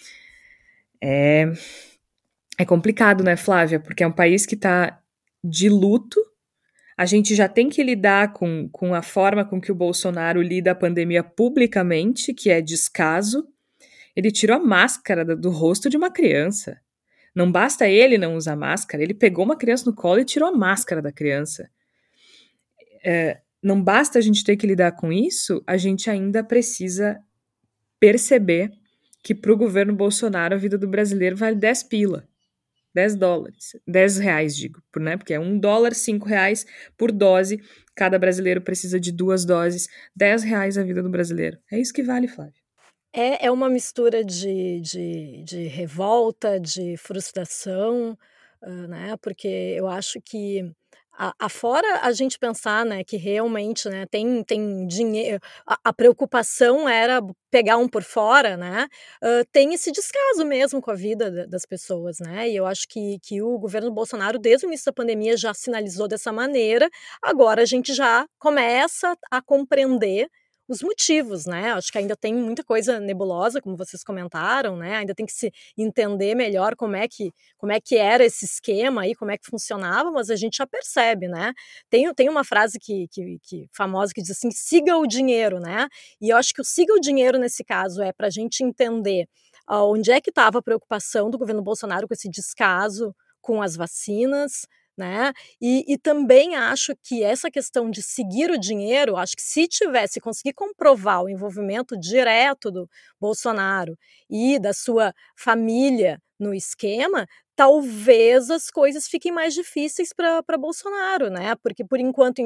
É complicado, né, Flávia? Porque é um país que está de luto. A gente já tem que lidar com a forma com que o Bolsonaro lida a pandemia publicamente, que é descaso. Ele tirou a máscara do rosto de uma criança. Não basta ele não usar máscara, ele pegou uma criança no colo e tirou a máscara da criança. Não basta a gente ter que lidar com isso, a gente ainda precisa perceber que para o governo Bolsonaro a vida do brasileiro vale 10 pila, 10 dólares, 10 reais, digo, né? Porque é $1, 5 reais por dose, cada brasileiro precisa de 2 doses, 10 reais a vida do brasileiro. É isso que vale, Flávia. É uma mistura de revolta, de frustração, né? Porque eu acho que afora a gente pensar, né, que realmente, né, tem dinheiro, a preocupação era pegar um por fora, né, tem esse descaso mesmo com a vida das pessoas, né, e eu acho que o governo Bolsonaro, desde o início da pandemia, já sinalizou dessa maneira. Agora a gente já começa a compreender os motivos, né? Acho que ainda tem muita coisa nebulosa, como vocês comentaram, né? Ainda tem que se entender melhor como é que era esse esquema aí, como é que funcionava, mas a gente já percebe, né? Tem uma frase que famosa que diz assim: siga o dinheiro, né? E eu acho que o siga o dinheiro nesse caso é para a gente entender onde é que estava a preocupação do governo Bolsonaro com esse descaso com as vacinas, né? E também acho que essa questão de seguir o dinheiro, acho que se conseguir comprovar o envolvimento direto do Bolsonaro e da sua família no esquema, talvez as coisas fiquem mais difíceis para Bolsonaro, né? Porque por enquanto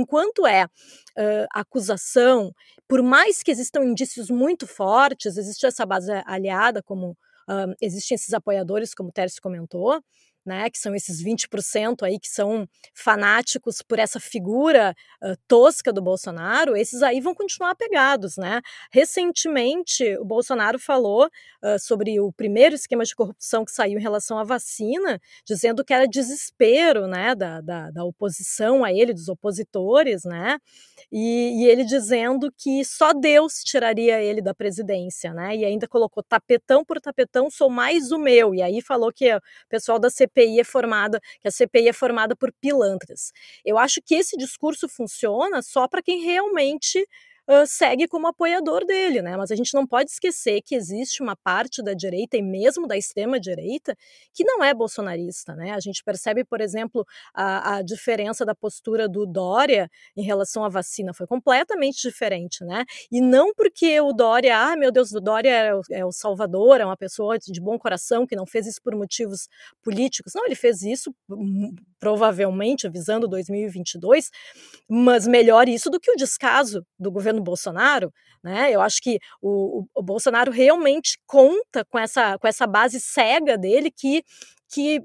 acusação, por mais que existam indícios muito fortes, existe essa base aliada, como existem esses apoiadores, como o Tércio comentou, né, que são esses 20% aí que são fanáticos por essa figura tosca do Bolsonaro, esses aí vão continuar apegados, né? Recentemente, o Bolsonaro falou sobre o primeiro esquema de corrupção que saiu em relação à vacina, dizendo que era desespero, né, da oposição a ele, dos opositores, né? E ele dizendo que só Deus tiraria ele da presidência, né? E ainda colocou tapetão por tapetão, sou mais o meu. E aí falou que o pessoal da CPI que a CPI é formada por pilantras. Eu acho que esse discurso funciona só para quem realmente segue como apoiador dele, né? Mas a gente não pode esquecer que existe uma parte da direita e mesmo da extrema-direita que não é bolsonarista, né? A gente percebe, por exemplo, a diferença da postura do Dória em relação à vacina foi completamente diferente, né? E não porque o Dória, meu Deus, o Dória é o salvador, é uma pessoa de bom coração que não fez isso por motivos políticos. Não, ele fez isso provavelmente visando 2022, mas melhor isso do que o descaso do governo Bolsonaro, né? Eu acho que o Bolsonaro realmente conta com essa base cega dele que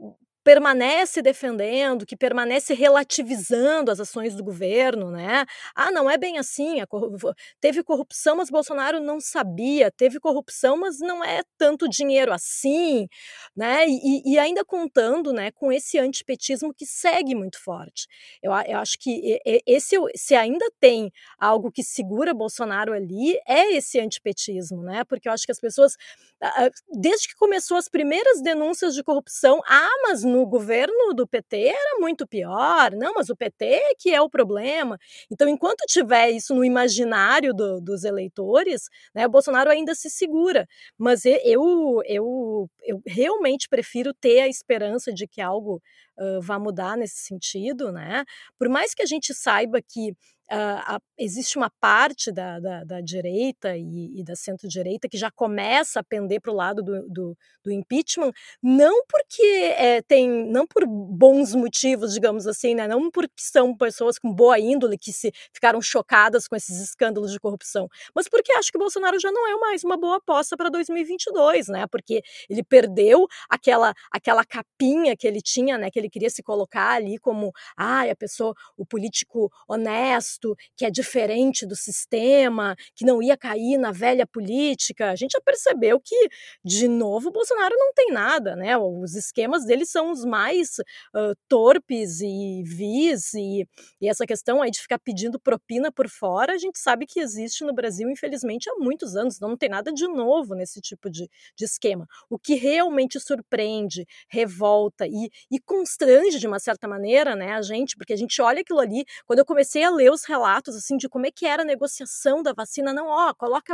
permanece defendendo, que permanece relativizando as ações do governo, né? Não é bem assim, teve corrupção, mas Bolsonaro não sabia, teve corrupção, mas não é tanto dinheiro assim, né? E ainda contando, né, com esse antipetismo que segue muito forte. Eu acho que se ainda tem algo que segura Bolsonaro ali, é esse antipetismo, né? Porque eu acho que as pessoas, desde que começou as primeiras denúncias de corrupção, mas no governo do PT era muito pior, não, mas o PT que é o problema. Então, enquanto tiver isso no imaginário dos eleitores, né, o Bolsonaro ainda se segura. Mas eu realmente prefiro ter a esperança de que algo vá mudar nesse sentido, né? Por mais que a gente saiba que existe uma parte da direita e da centro-direita que já começa a pender para o lado do impeachment, não porque não por bons motivos, digamos assim, né? Não porque são pessoas com boa índole que ficaram chocadas com esses escândalos de corrupção, mas porque acho que o Bolsonaro já não é mais uma boa aposta para 2022, né? Porque ele perdeu aquela capinha que ele tinha, né? Que ele queria se colocar ali como a pessoa, o político honesto, que é diferente do sistema, que não ia cair na velha política. A gente já percebeu que, de novo, o Bolsonaro não tem nada, né? Os esquemas dele são os mais torpes e vis, e essa questão aí de ficar pedindo propina por fora, a gente sabe que existe no Brasil, infelizmente, há muitos anos, então não tem nada de novo nesse tipo de esquema. O que realmente surpreende, revolta e constrange, de uma certa maneira, né, a gente, porque a gente olha aquilo ali, quando eu comecei a ler os relatos, assim, de como é que era a negociação da vacina, coloca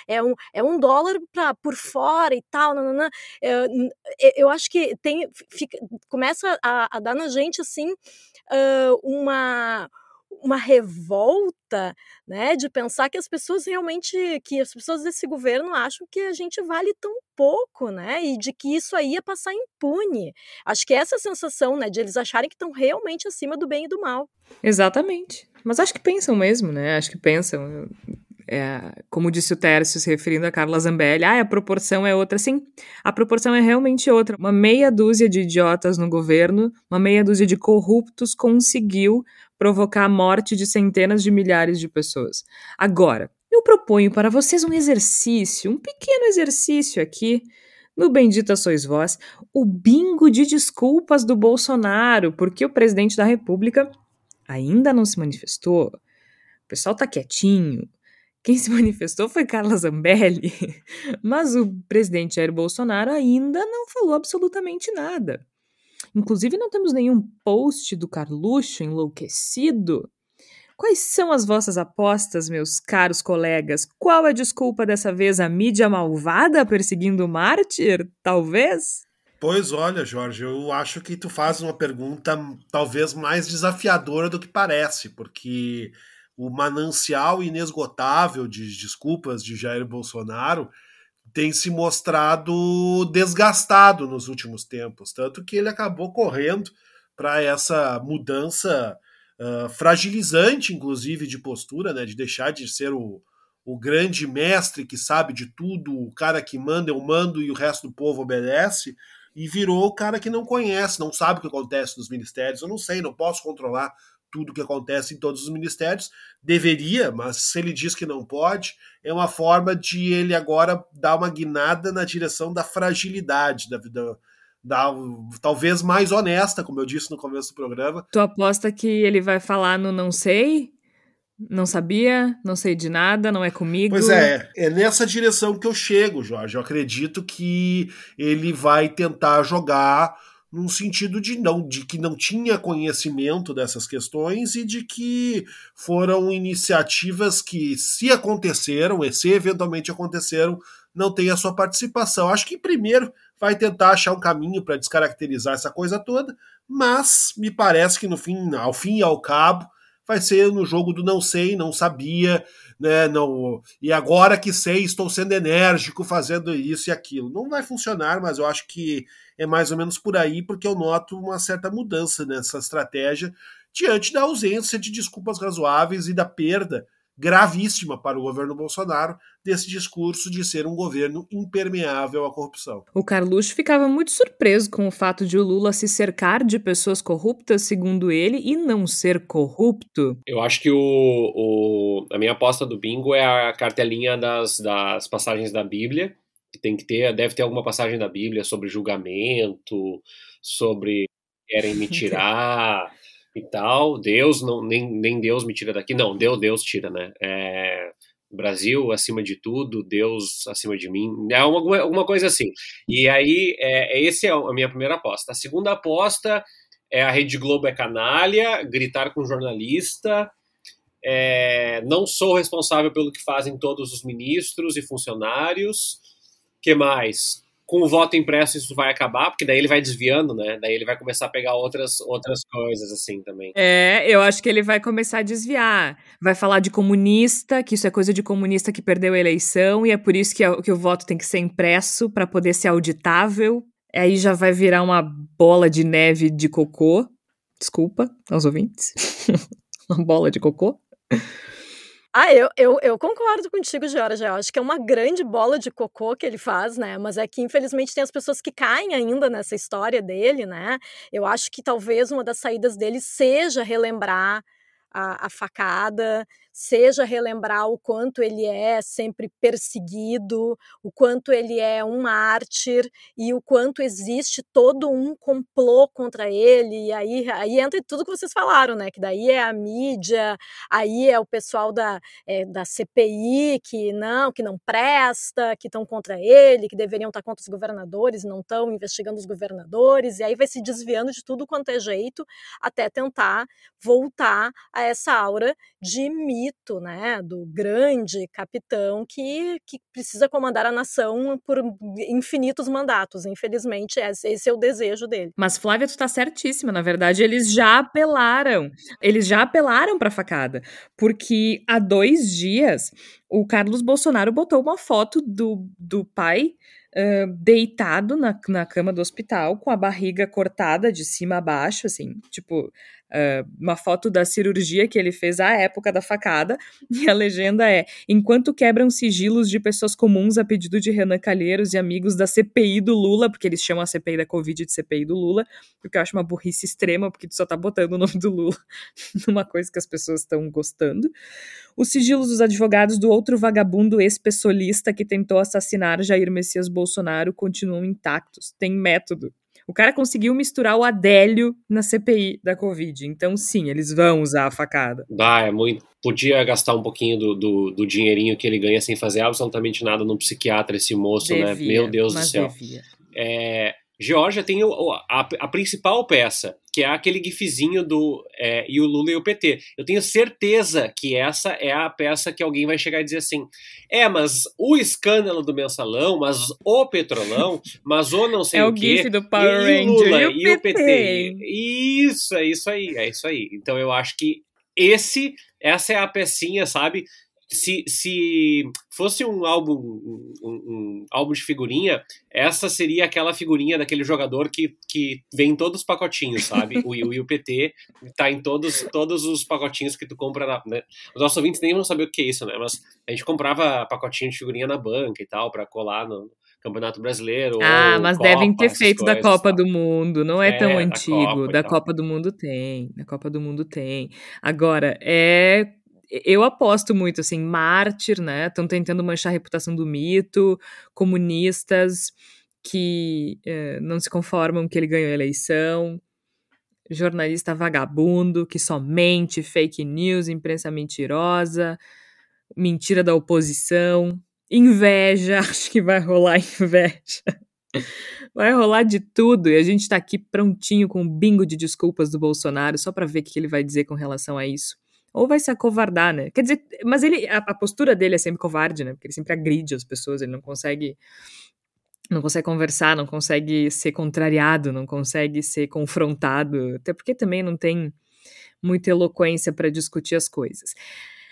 $1 por fora e tal, eu acho que começa a dar na gente, assim, uma revolta, né, de pensar que as pessoas desse governo acham que a gente vale tão pouco, né, e de que isso aí ia passar impune. Acho que essa sensação, né, de eles acharem que estão realmente acima do bem e do mal. Exatamente. Mas acho que pensam mesmo, né, acho que pensam. Como disse o Tércio, se referindo a Carla Zambelli, a proporção é outra. Sim, a proporção é realmente outra. Uma meia dúzia de idiotas no governo, uma meia dúzia de corruptos conseguiu provocar a morte de centenas de milhares de pessoas. Agora, eu proponho para vocês um exercício, um pequeno exercício aqui, no Bendita Sois Vós, o bingo de desculpas do Bolsonaro, porque o presidente da República ainda não se manifestou. O pessoal tá quietinho. Quem se manifestou foi Carla Zambelli, mas o presidente Jair Bolsonaro ainda não falou absolutamente nada. Inclusive, não temos nenhum post do Carluxo enlouquecido. Quais são as vossas apostas, meus caros colegas? Qual a desculpa dessa vez? A mídia malvada perseguindo o mártir? Talvez? Pois olha, Jorge, eu acho que tu faz uma pergunta talvez mais desafiadora do que parece, porque o manancial inesgotável de desculpas de Jair Bolsonaro tem se mostrado desgastado nos últimos tempos, tanto que ele acabou correndo para essa mudança fragilizante, inclusive, de postura, né, de deixar de ser o grande mestre que sabe de tudo, o cara que manda, eu mando e o resto do povo obedece, e virou o cara que não conhece, não sabe o que acontece nos ministérios. Eu não sei, não posso controlar tudo que acontece em todos os ministérios. Deveria, mas se ele diz que não pode, é uma forma de ele agora dar uma guinada na direção da fragilidade, da talvez mais honesta, como eu disse no começo do programa. Tu aposta que ele vai falar no não sei? Não sabia, não sei de nada, não é comigo. Pois é nessa direção que eu chego, Jorge. Eu acredito que ele vai tentar jogar num sentido de que não tinha conhecimento dessas questões e de que foram iniciativas que, se aconteceram, e se eventualmente aconteceram, não tem a sua participação. Acho que primeiro vai tentar achar um caminho para descaracterizar essa coisa toda, mas me parece que ao fim e ao cabo, vai ser no jogo do não sei, não sabia, né? Não, e agora que sei, estou sendo enérgico fazendo isso e aquilo. Não vai funcionar, mas eu acho que é mais ou menos por aí, porque eu noto uma certa mudança nessa estratégia diante da ausência de desculpas razoáveis e da perda gravíssima para o governo Bolsonaro desse discurso de ser um governo impermeável à corrupção. O Carluxo ficava muito surpreso com o fato de o Lula se cercar de pessoas corruptas, segundo ele, e não ser corrupto. Eu acho que a minha aposta do bingo é a cartelinha das passagens da Bíblia, que deve ter alguma passagem da Bíblia sobre julgamento, sobre querem me tirar e tal. Deus, nem Deus me tira daqui. Não, Deus tira, né? Brasil acima de tudo, Deus acima de mim. É alguma coisa assim. E aí, essa é a minha primeira aposta. A segunda aposta é a Rede Globo é canalha, gritar com jornalista. Não sou responsável pelo que fazem todos os ministros e funcionários. Que mais? Com o voto impresso isso vai acabar, porque daí ele vai desviando, né? Daí ele vai começar a pegar outras coisas assim também. Eu acho que ele vai começar a desviar. Vai falar de comunista, que isso é coisa de comunista que perdeu a eleição, e é por isso que o voto tem que ser impresso para poder ser auditável. Aí já vai virar uma bola de neve de cocô. Desculpa aos ouvintes. Uma bola de cocô. Eu concordo contigo, Georgia. Eu acho que é uma grande bola de cocô que ele faz, né? Mas é que, infelizmente, tem as pessoas que caem ainda nessa história dele, né? Eu acho que talvez uma das saídas dele seja relembrar a facada, seja relembrar o quanto ele é sempre perseguido, o quanto ele é um mártir e o quanto existe todo um complô contra ele. E aí entra tudo que vocês falaram, né? Que daí é a mídia, aí é o pessoal da CPI que não presta, que estão contra ele, que deveriam estar contra os governadores, não estão investigando os governadores, e aí vai se desviando de tudo quanto é jeito até tentar voltar a essa aura de mito, né, do grande capitão que precisa comandar a nação por infinitos mandatos. Infelizmente, esse é o desejo dele. Mas, Flávia, tu tá certíssima. Na verdade, eles já apelaram pra facada, porque há 2 dias o Carlos Bolsonaro botou uma foto do pai deitado na cama do hospital, com a barriga cortada de cima a baixo, assim, tipo, uma foto da cirurgia que ele fez à época da facada, e a legenda é: enquanto quebram sigilos de pessoas comuns a pedido de Renan Calheiros e amigos da CPI do Lula, porque eles chamam a CPI da Covid de CPI do Lula, porque eu acho uma burrice extrema, porque tu só tá botando o nome do Lula numa coisa que as pessoas estão gostando. Os sigilos dos advogados do outro vagabundo ex-pessolista que tentou assassinar Jair Messias Bolsonaro continuam intactos. Tem método. O cara conseguiu misturar o Adélio na CPI da Covid. Então, sim, eles vão usar a facada. É muito. Podia gastar um pouquinho do dinheirinho que ele ganha sem fazer absolutamente nada num psiquiatra, esse moço, né? Meu Deus do céu. Geórgia tem a principal peça, que é aquele gifzinho e o Lula e o PT. Eu tenho certeza que essa é a peça que alguém vai chegar e dizer assim: mas o escândalo do Mensalão, mas o Petrolão, mas o não sei o quê. É o gif do Power Ranger o Lula e o PT. Isso, é isso aí. Então eu acho que essa é a pecinha, sabe? Se fosse um álbum de figurinha, essa seria aquela figurinha daquele jogador que vem em todos os pacotinhos, sabe? O PT tá em todos os pacotinhos que tu compra né? Os nossos ouvintes nem vão saber o que é isso, né? Mas a gente comprava pacotinho de figurinha na banca e tal, pra colar no Campeonato Brasileiro. Mas Copa, devem ter feito da Copa do Mundo, não é tão antigo. Da Copa do Mundo tem. Agora, eu aposto muito, assim, mártir, né? Estão tentando manchar a reputação do mito, comunistas que não se conformam que ele ganhou a eleição, jornalista vagabundo que só mente, fake news, imprensa mentirosa, mentira da oposição, inveja, acho que vai rolar inveja. Vai rolar de tudo, e a gente tá aqui prontinho com um bingo de desculpas do Bolsonaro, só pra ver o que ele vai dizer com relação a isso. Ou vai se acovardar, né? Quer dizer, mas a postura dele é sempre covarde, né? Porque ele sempre agride as pessoas, ele não consegue conversar, não consegue ser contrariado, não consegue ser confrontado, até porque também não tem muita eloquência para discutir as coisas.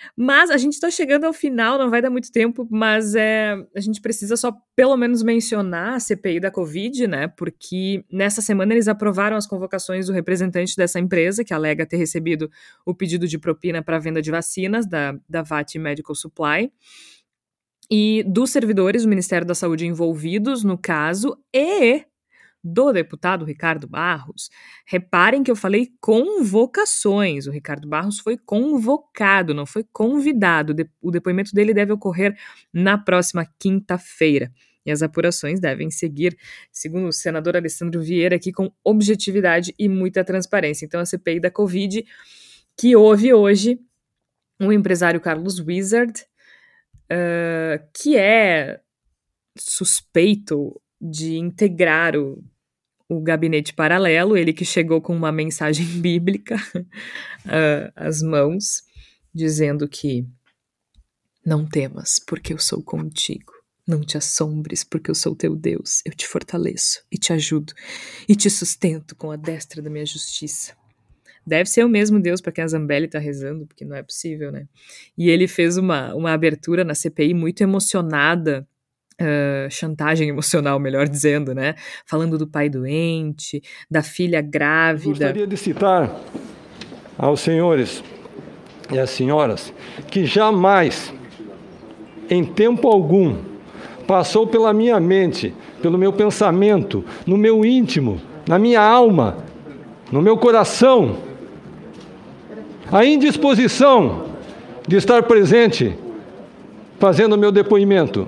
Mas a gente está chegando ao final, não vai dar muito tempo, mas a gente precisa só pelo menos mencionar a CPI da Covid, né? Porque nessa semana eles aprovaram as convocações do representante dessa empresa, que alega ter recebido o pedido de propina para a venda de vacinas da VAT Medical Supply, e dos servidores do Ministério da Saúde envolvidos no caso, e do deputado Ricardo Barros. Reparem que eu falei convocações. O Ricardo Barros foi convocado, não foi convidado. O depoimento dele deve ocorrer na próxima quinta-feira. E as apurações devem seguir, segundo o senador Alessandro Vieira, aqui com objetividade e muita transparência. Então, a CPI da Covid, que houve hoje, o empresário Carlos Wizard, que é suspeito de integrar o gabinete paralelo, ele que chegou com uma mensagem bíblica às mãos, dizendo que não temas, porque eu sou contigo. Não te assombres, porque eu sou teu Deus. Eu te fortaleço e te ajudo e te sustento com a destra da minha justiça. Deve ser o mesmo Deus para quem a Zambelli está rezando, porque não é possível, né? E ele fez uma abertura na CPI muito emocionada, chantagem emocional, melhor dizendo, né? Falando do pai doente, da filha grávida. Gostaria de citar aos senhores e às senhoras que jamais, em tempo algum, passou pela minha mente, pelo meu pensamento, no meu íntimo, na minha alma, no meu coração, a indisposição de estar presente fazendo o meu depoimento.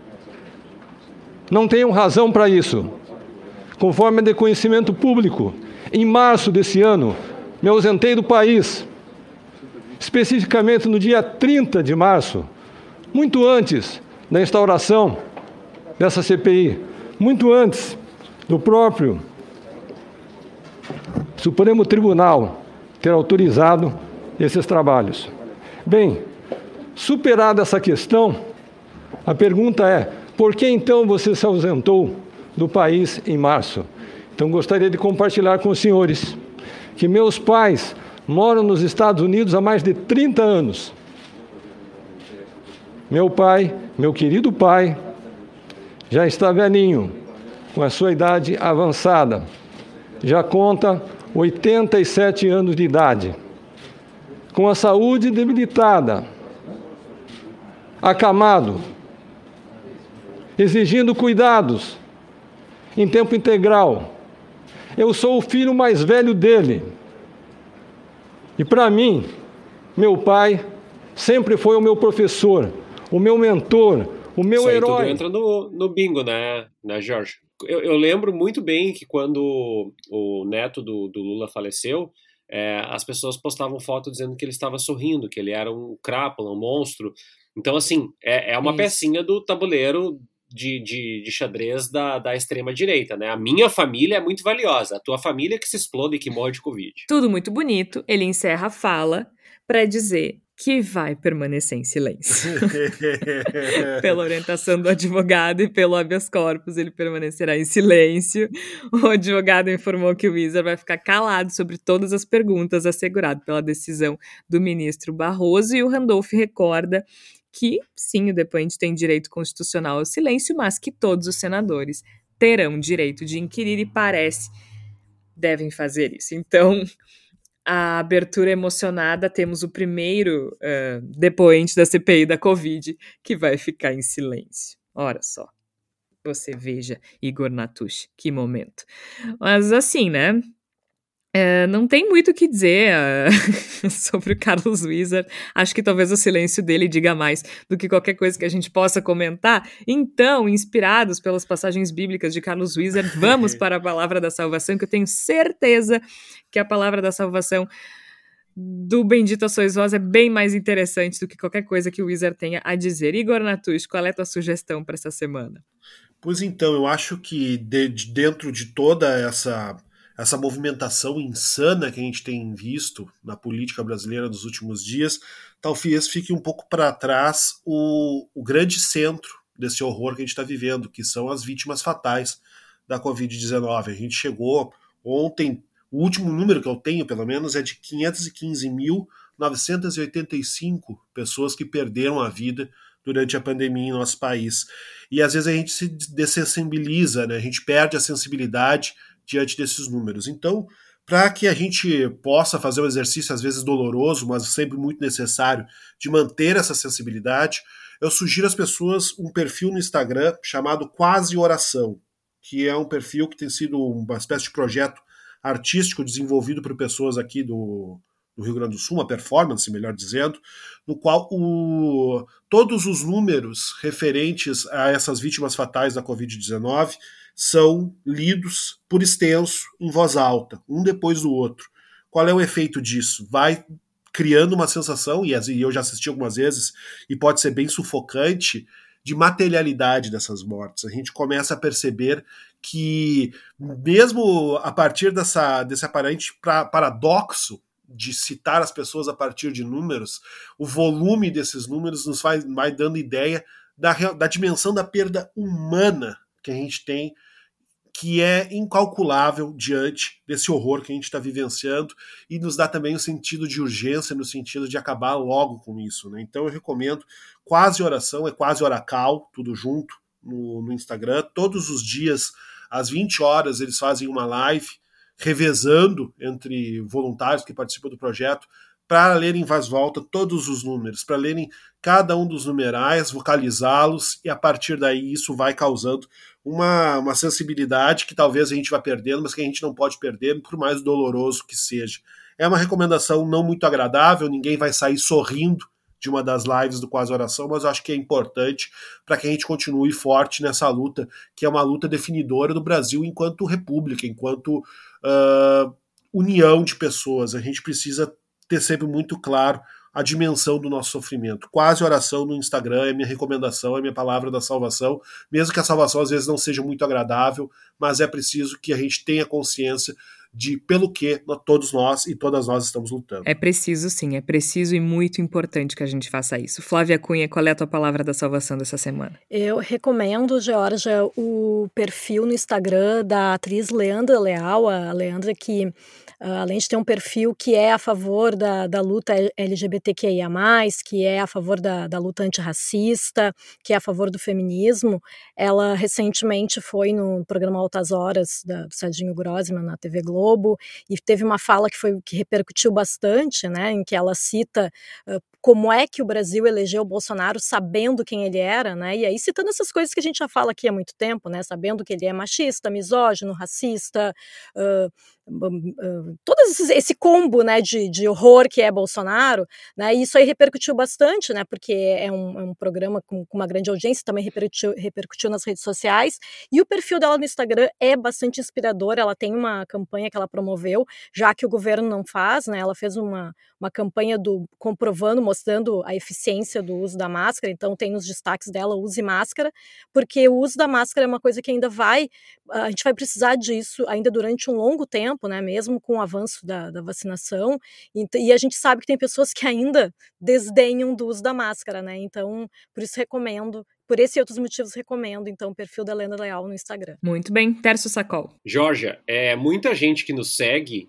Não tenho razão para isso. Conforme de conhecimento público, em março desse ano, me ausentei do país, especificamente no dia 30 de março, muito antes da instauração dessa CPI, muito antes do próprio Supremo Tribunal ter autorizado esses trabalhos. Bem, superada essa questão, a pergunta é: por que então você se ausentou do país em março? Então gostaria de compartilhar com os senhores que meus pais moram nos Estados Unidos há mais de 30 anos. Meu pai, meu querido pai, já está velhinho, com a sua idade avançada. Já conta 87 anos de idade. Com a saúde debilitada, acamado, exigindo cuidados em tempo integral. Eu sou o filho mais velho dele. E para mim, meu pai sempre foi o meu professor, o meu mentor, o meu isso aí herói. Tudo entra no bingo, né, Jorge? Eu lembro muito bem que quando o neto do Lula faleceu, as pessoas postavam foto dizendo que ele estava sorrindo, que ele era um crápula, um monstro. Então, assim, é uma pecinha do tabuleiro de xadrez da extrema-direita, né? A minha família é muito valiosa, a tua família que se explode e que morre de Covid. Tudo muito bonito. Ele encerra a fala para dizer que vai permanecer em silêncio. Pela orientação do advogado e pelo habeas corpus, ele permanecerá em silêncio. O advogado informou que o Wizard vai ficar calado sobre todas as perguntas, assegurado pela decisão do ministro Barroso, e o Randolph recorda que, sim, o depoente tem direito constitucional ao silêncio, mas que todos os senadores terão direito de inquirir e devem fazer isso. Então, a abertura emocionada, temos o primeiro depoente da CPI da Covid que vai ficar em silêncio. Ora só, você veja, Igor Natush, que momento. Mas assim, né? Não tem muito o que dizer sobre o Carlos Wizard. Acho que talvez o silêncio dele diga mais do que qualquer coisa que a gente possa comentar. Então, inspirados pelas passagens bíblicas de Carlos Wizard, vamos para a palavra da salvação, que eu tenho certeza que a palavra da salvação do Bendita Sois Vós é bem mais interessante do que qualquer coisa que o Wizard tenha a dizer. Igor Natush, qual é a tua sugestão para essa semana? Pois então, eu acho que dentro de toda essa movimentação insana que a gente tem visto na política brasileira nos últimos dias, talvez fique um pouco para trás o grande centro desse horror que a gente está vivendo, que são as vítimas fatais da Covid-19. A gente chegou ontem, o último número que eu tenho, pelo menos, é de 515 985 pessoas que perderam a vida durante a pandemia em nosso país. E às vezes a gente se dessensibiliza, né? A gente perde a sensibilidade diante desses números. Então, para que a gente possa fazer um exercício, às vezes doloroso, mas sempre muito necessário, de manter essa sensibilidade, eu sugiro às pessoas um perfil no Instagram chamado Quase Oração, que é um perfil que tem sido uma espécie de projeto artístico desenvolvido por pessoas aqui do Rio Grande do Sul, uma performance, melhor dizendo, no qual todos os números referentes a essas vítimas fatais da Covid-19 são lidos por extenso, em voz alta, um depois do outro. Qual é o efeito disso? Vai criando uma sensação, e eu já assisti algumas vezes, e pode ser bem sufocante, de materialidade dessas mortes. A gente começa a perceber que, mesmo a partir desse aparente paradoxo de citar as pessoas a partir de números, o volume desses números nos vai dando ideia da dimensão da perda humana que a gente tem, que é incalculável diante desse horror que a gente está vivenciando, e nos dá também um sentido de urgência, no sentido de acabar logo com isso, né? Então eu recomendo Quase Oração, é Quase Oracal, tudo junto, no Instagram. Todos os dias, às 20 horas, eles fazem uma live, revezando entre voluntários que participam do projeto, para lerem em voz alta todos os números, para lerem cada um dos numerais, vocalizá-los, e a partir daí isso vai causando uma sensibilidade que talvez a gente vá perdendo, mas que a gente não pode perder, por mais doloroso que seja. É uma recomendação não muito agradável, ninguém vai sair sorrindo de uma das lives do Quase Oração, mas eu acho que é importante para que a gente continue forte nessa luta, que é uma luta definidora do Brasil enquanto república, enquanto união de pessoas. A gente precisa ter sempre muito claro a dimensão do nosso sofrimento. Quase Oração no Instagram é minha recomendação, é minha palavra da salvação, mesmo que a salvação às vezes não seja muito agradável, mas é preciso que a gente tenha consciência de pelo que todos nós e todas nós estamos lutando. É preciso sim, é preciso e muito importante que a gente faça isso. Flávia Cunha, qual é a tua palavra da salvação dessa semana? Eu recomendo, Georgia, o perfil no Instagram da atriz Leandra Leal, a Leandra que, além de ter um perfil que é a favor da luta LGBTQIA+, que é a favor da luta antirracista, que é a favor do feminismo, ela recentemente foi no programa Altas Horas do Serginho Grossman na TV Globo, e teve uma fala que repercutiu bastante, né, em que ela cita como é que o Brasil elegeu o Bolsonaro sabendo quem ele era, né, e aí citando essas coisas que a gente já fala aqui há muito tempo, né, sabendo que ele é machista, misógino, racista, todo esse combo, né, de horror que é Bolsonaro, né, e isso aí repercutiu bastante, né, porque é um programa com uma grande audiência, também repercutiu nas redes sociais, e o perfil dela no Instagram é bastante inspirador. Ela tem uma campanha que ela promoveu, já que o governo não faz, né, ela fez uma campanha mostrando a eficiência do uso da máscara, então tem nos destaques dela, use máscara, porque o uso da máscara é uma coisa que ainda a gente vai precisar disso ainda durante um longo tempo, né, mesmo com o avanço da vacinação, e a gente sabe que tem pessoas que ainda desdenham do uso da máscara, né, então por isso recomendo, por esse e outros motivos recomendo, então, o perfil da Leandra Leal no Instagram. Muito bem, Tércio Sacol. Georgia, muita gente que nos segue,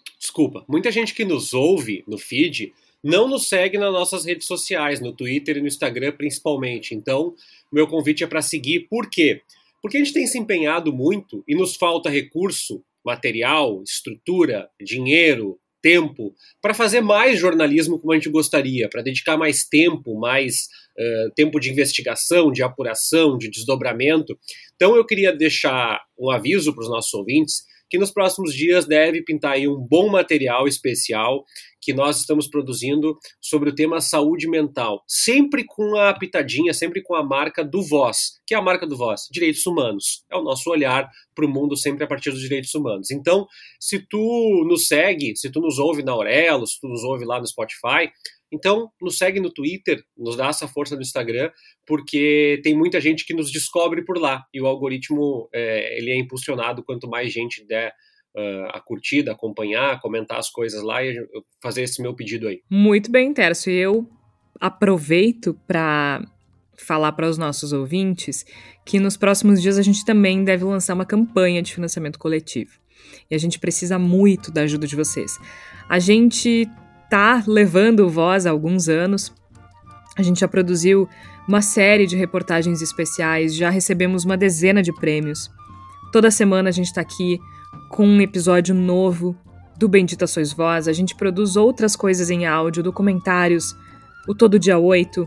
muita gente que nos ouve no feed não nos segue nas nossas redes sociais, no Twitter e no Instagram principalmente, então meu convite é para seguir. Por quê? Porque a gente tem se empenhado muito e nos falta recurso, material, estrutura, dinheiro, tempo, para fazer mais jornalismo como a gente gostaria, para dedicar mais tempo, tempo de investigação, de apuração, de desdobramento. Então eu queria deixar um aviso para os nossos ouvintes que nos próximos dias deve pintar aí um bom material especial que nós estamos produzindo sobre o tema saúde mental, sempre com a pitadinha, sempre com a marca do Voz. Que é a marca do Voz? Direitos humanos. É o nosso olhar para o mundo sempre a partir dos direitos humanos. Então, se tu nos segue, se tu nos ouve na Aurelo, se tu nos ouve lá no Spotify, então nos segue no Twitter, nos dá essa força no Instagram, porque tem muita gente que nos descobre por lá, e o algoritmo ele é impulsionado quanto mais gente der a curtida, acompanhar, comentar as coisas lá e fazer esse meu pedido aí. Muito bem, Tércio. Eu aproveito para falar para os nossos ouvintes que nos próximos dias a gente também deve lançar uma campanha de financiamento coletivo. E a gente precisa muito da ajuda de vocês. A gente tá levando Voz há alguns anos. A gente já produziu uma série de reportagens especiais, já recebemos uma dezena de prêmios. Toda semana a gente tá aqui com um episódio novo do Bendita Sois Voz. A gente produz outras coisas em áudio, documentários, o Todo Dia 8.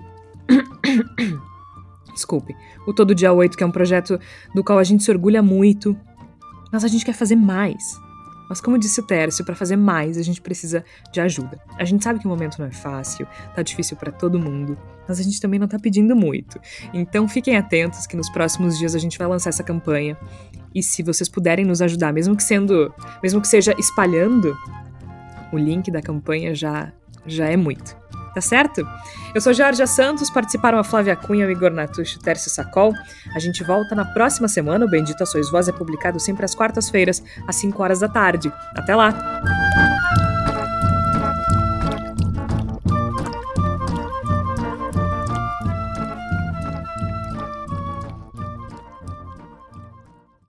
Desculpe. O Todo Dia 8, que é um projeto do qual a gente se orgulha muito, mas a gente quer fazer mais. Mas como disse o Tércio, para fazer mais a gente precisa de ajuda. A gente sabe que o momento não é fácil, tá difícil para todo mundo, mas a gente também não tá pedindo muito. Então fiquem atentos que nos próximos dias a gente vai lançar essa campanha. E se vocês puderem nos ajudar, mesmo que seja espalhando, o link da campanha já é muito. Tá certo? Eu sou Georgia Santos, participaram a Flávia Cunha, o Igor Natucci, o Tércio Sacol. A gente volta na próxima semana. O Bendita Sois Voz é publicado sempre às quartas-feiras, às 5 horas da tarde. Até lá!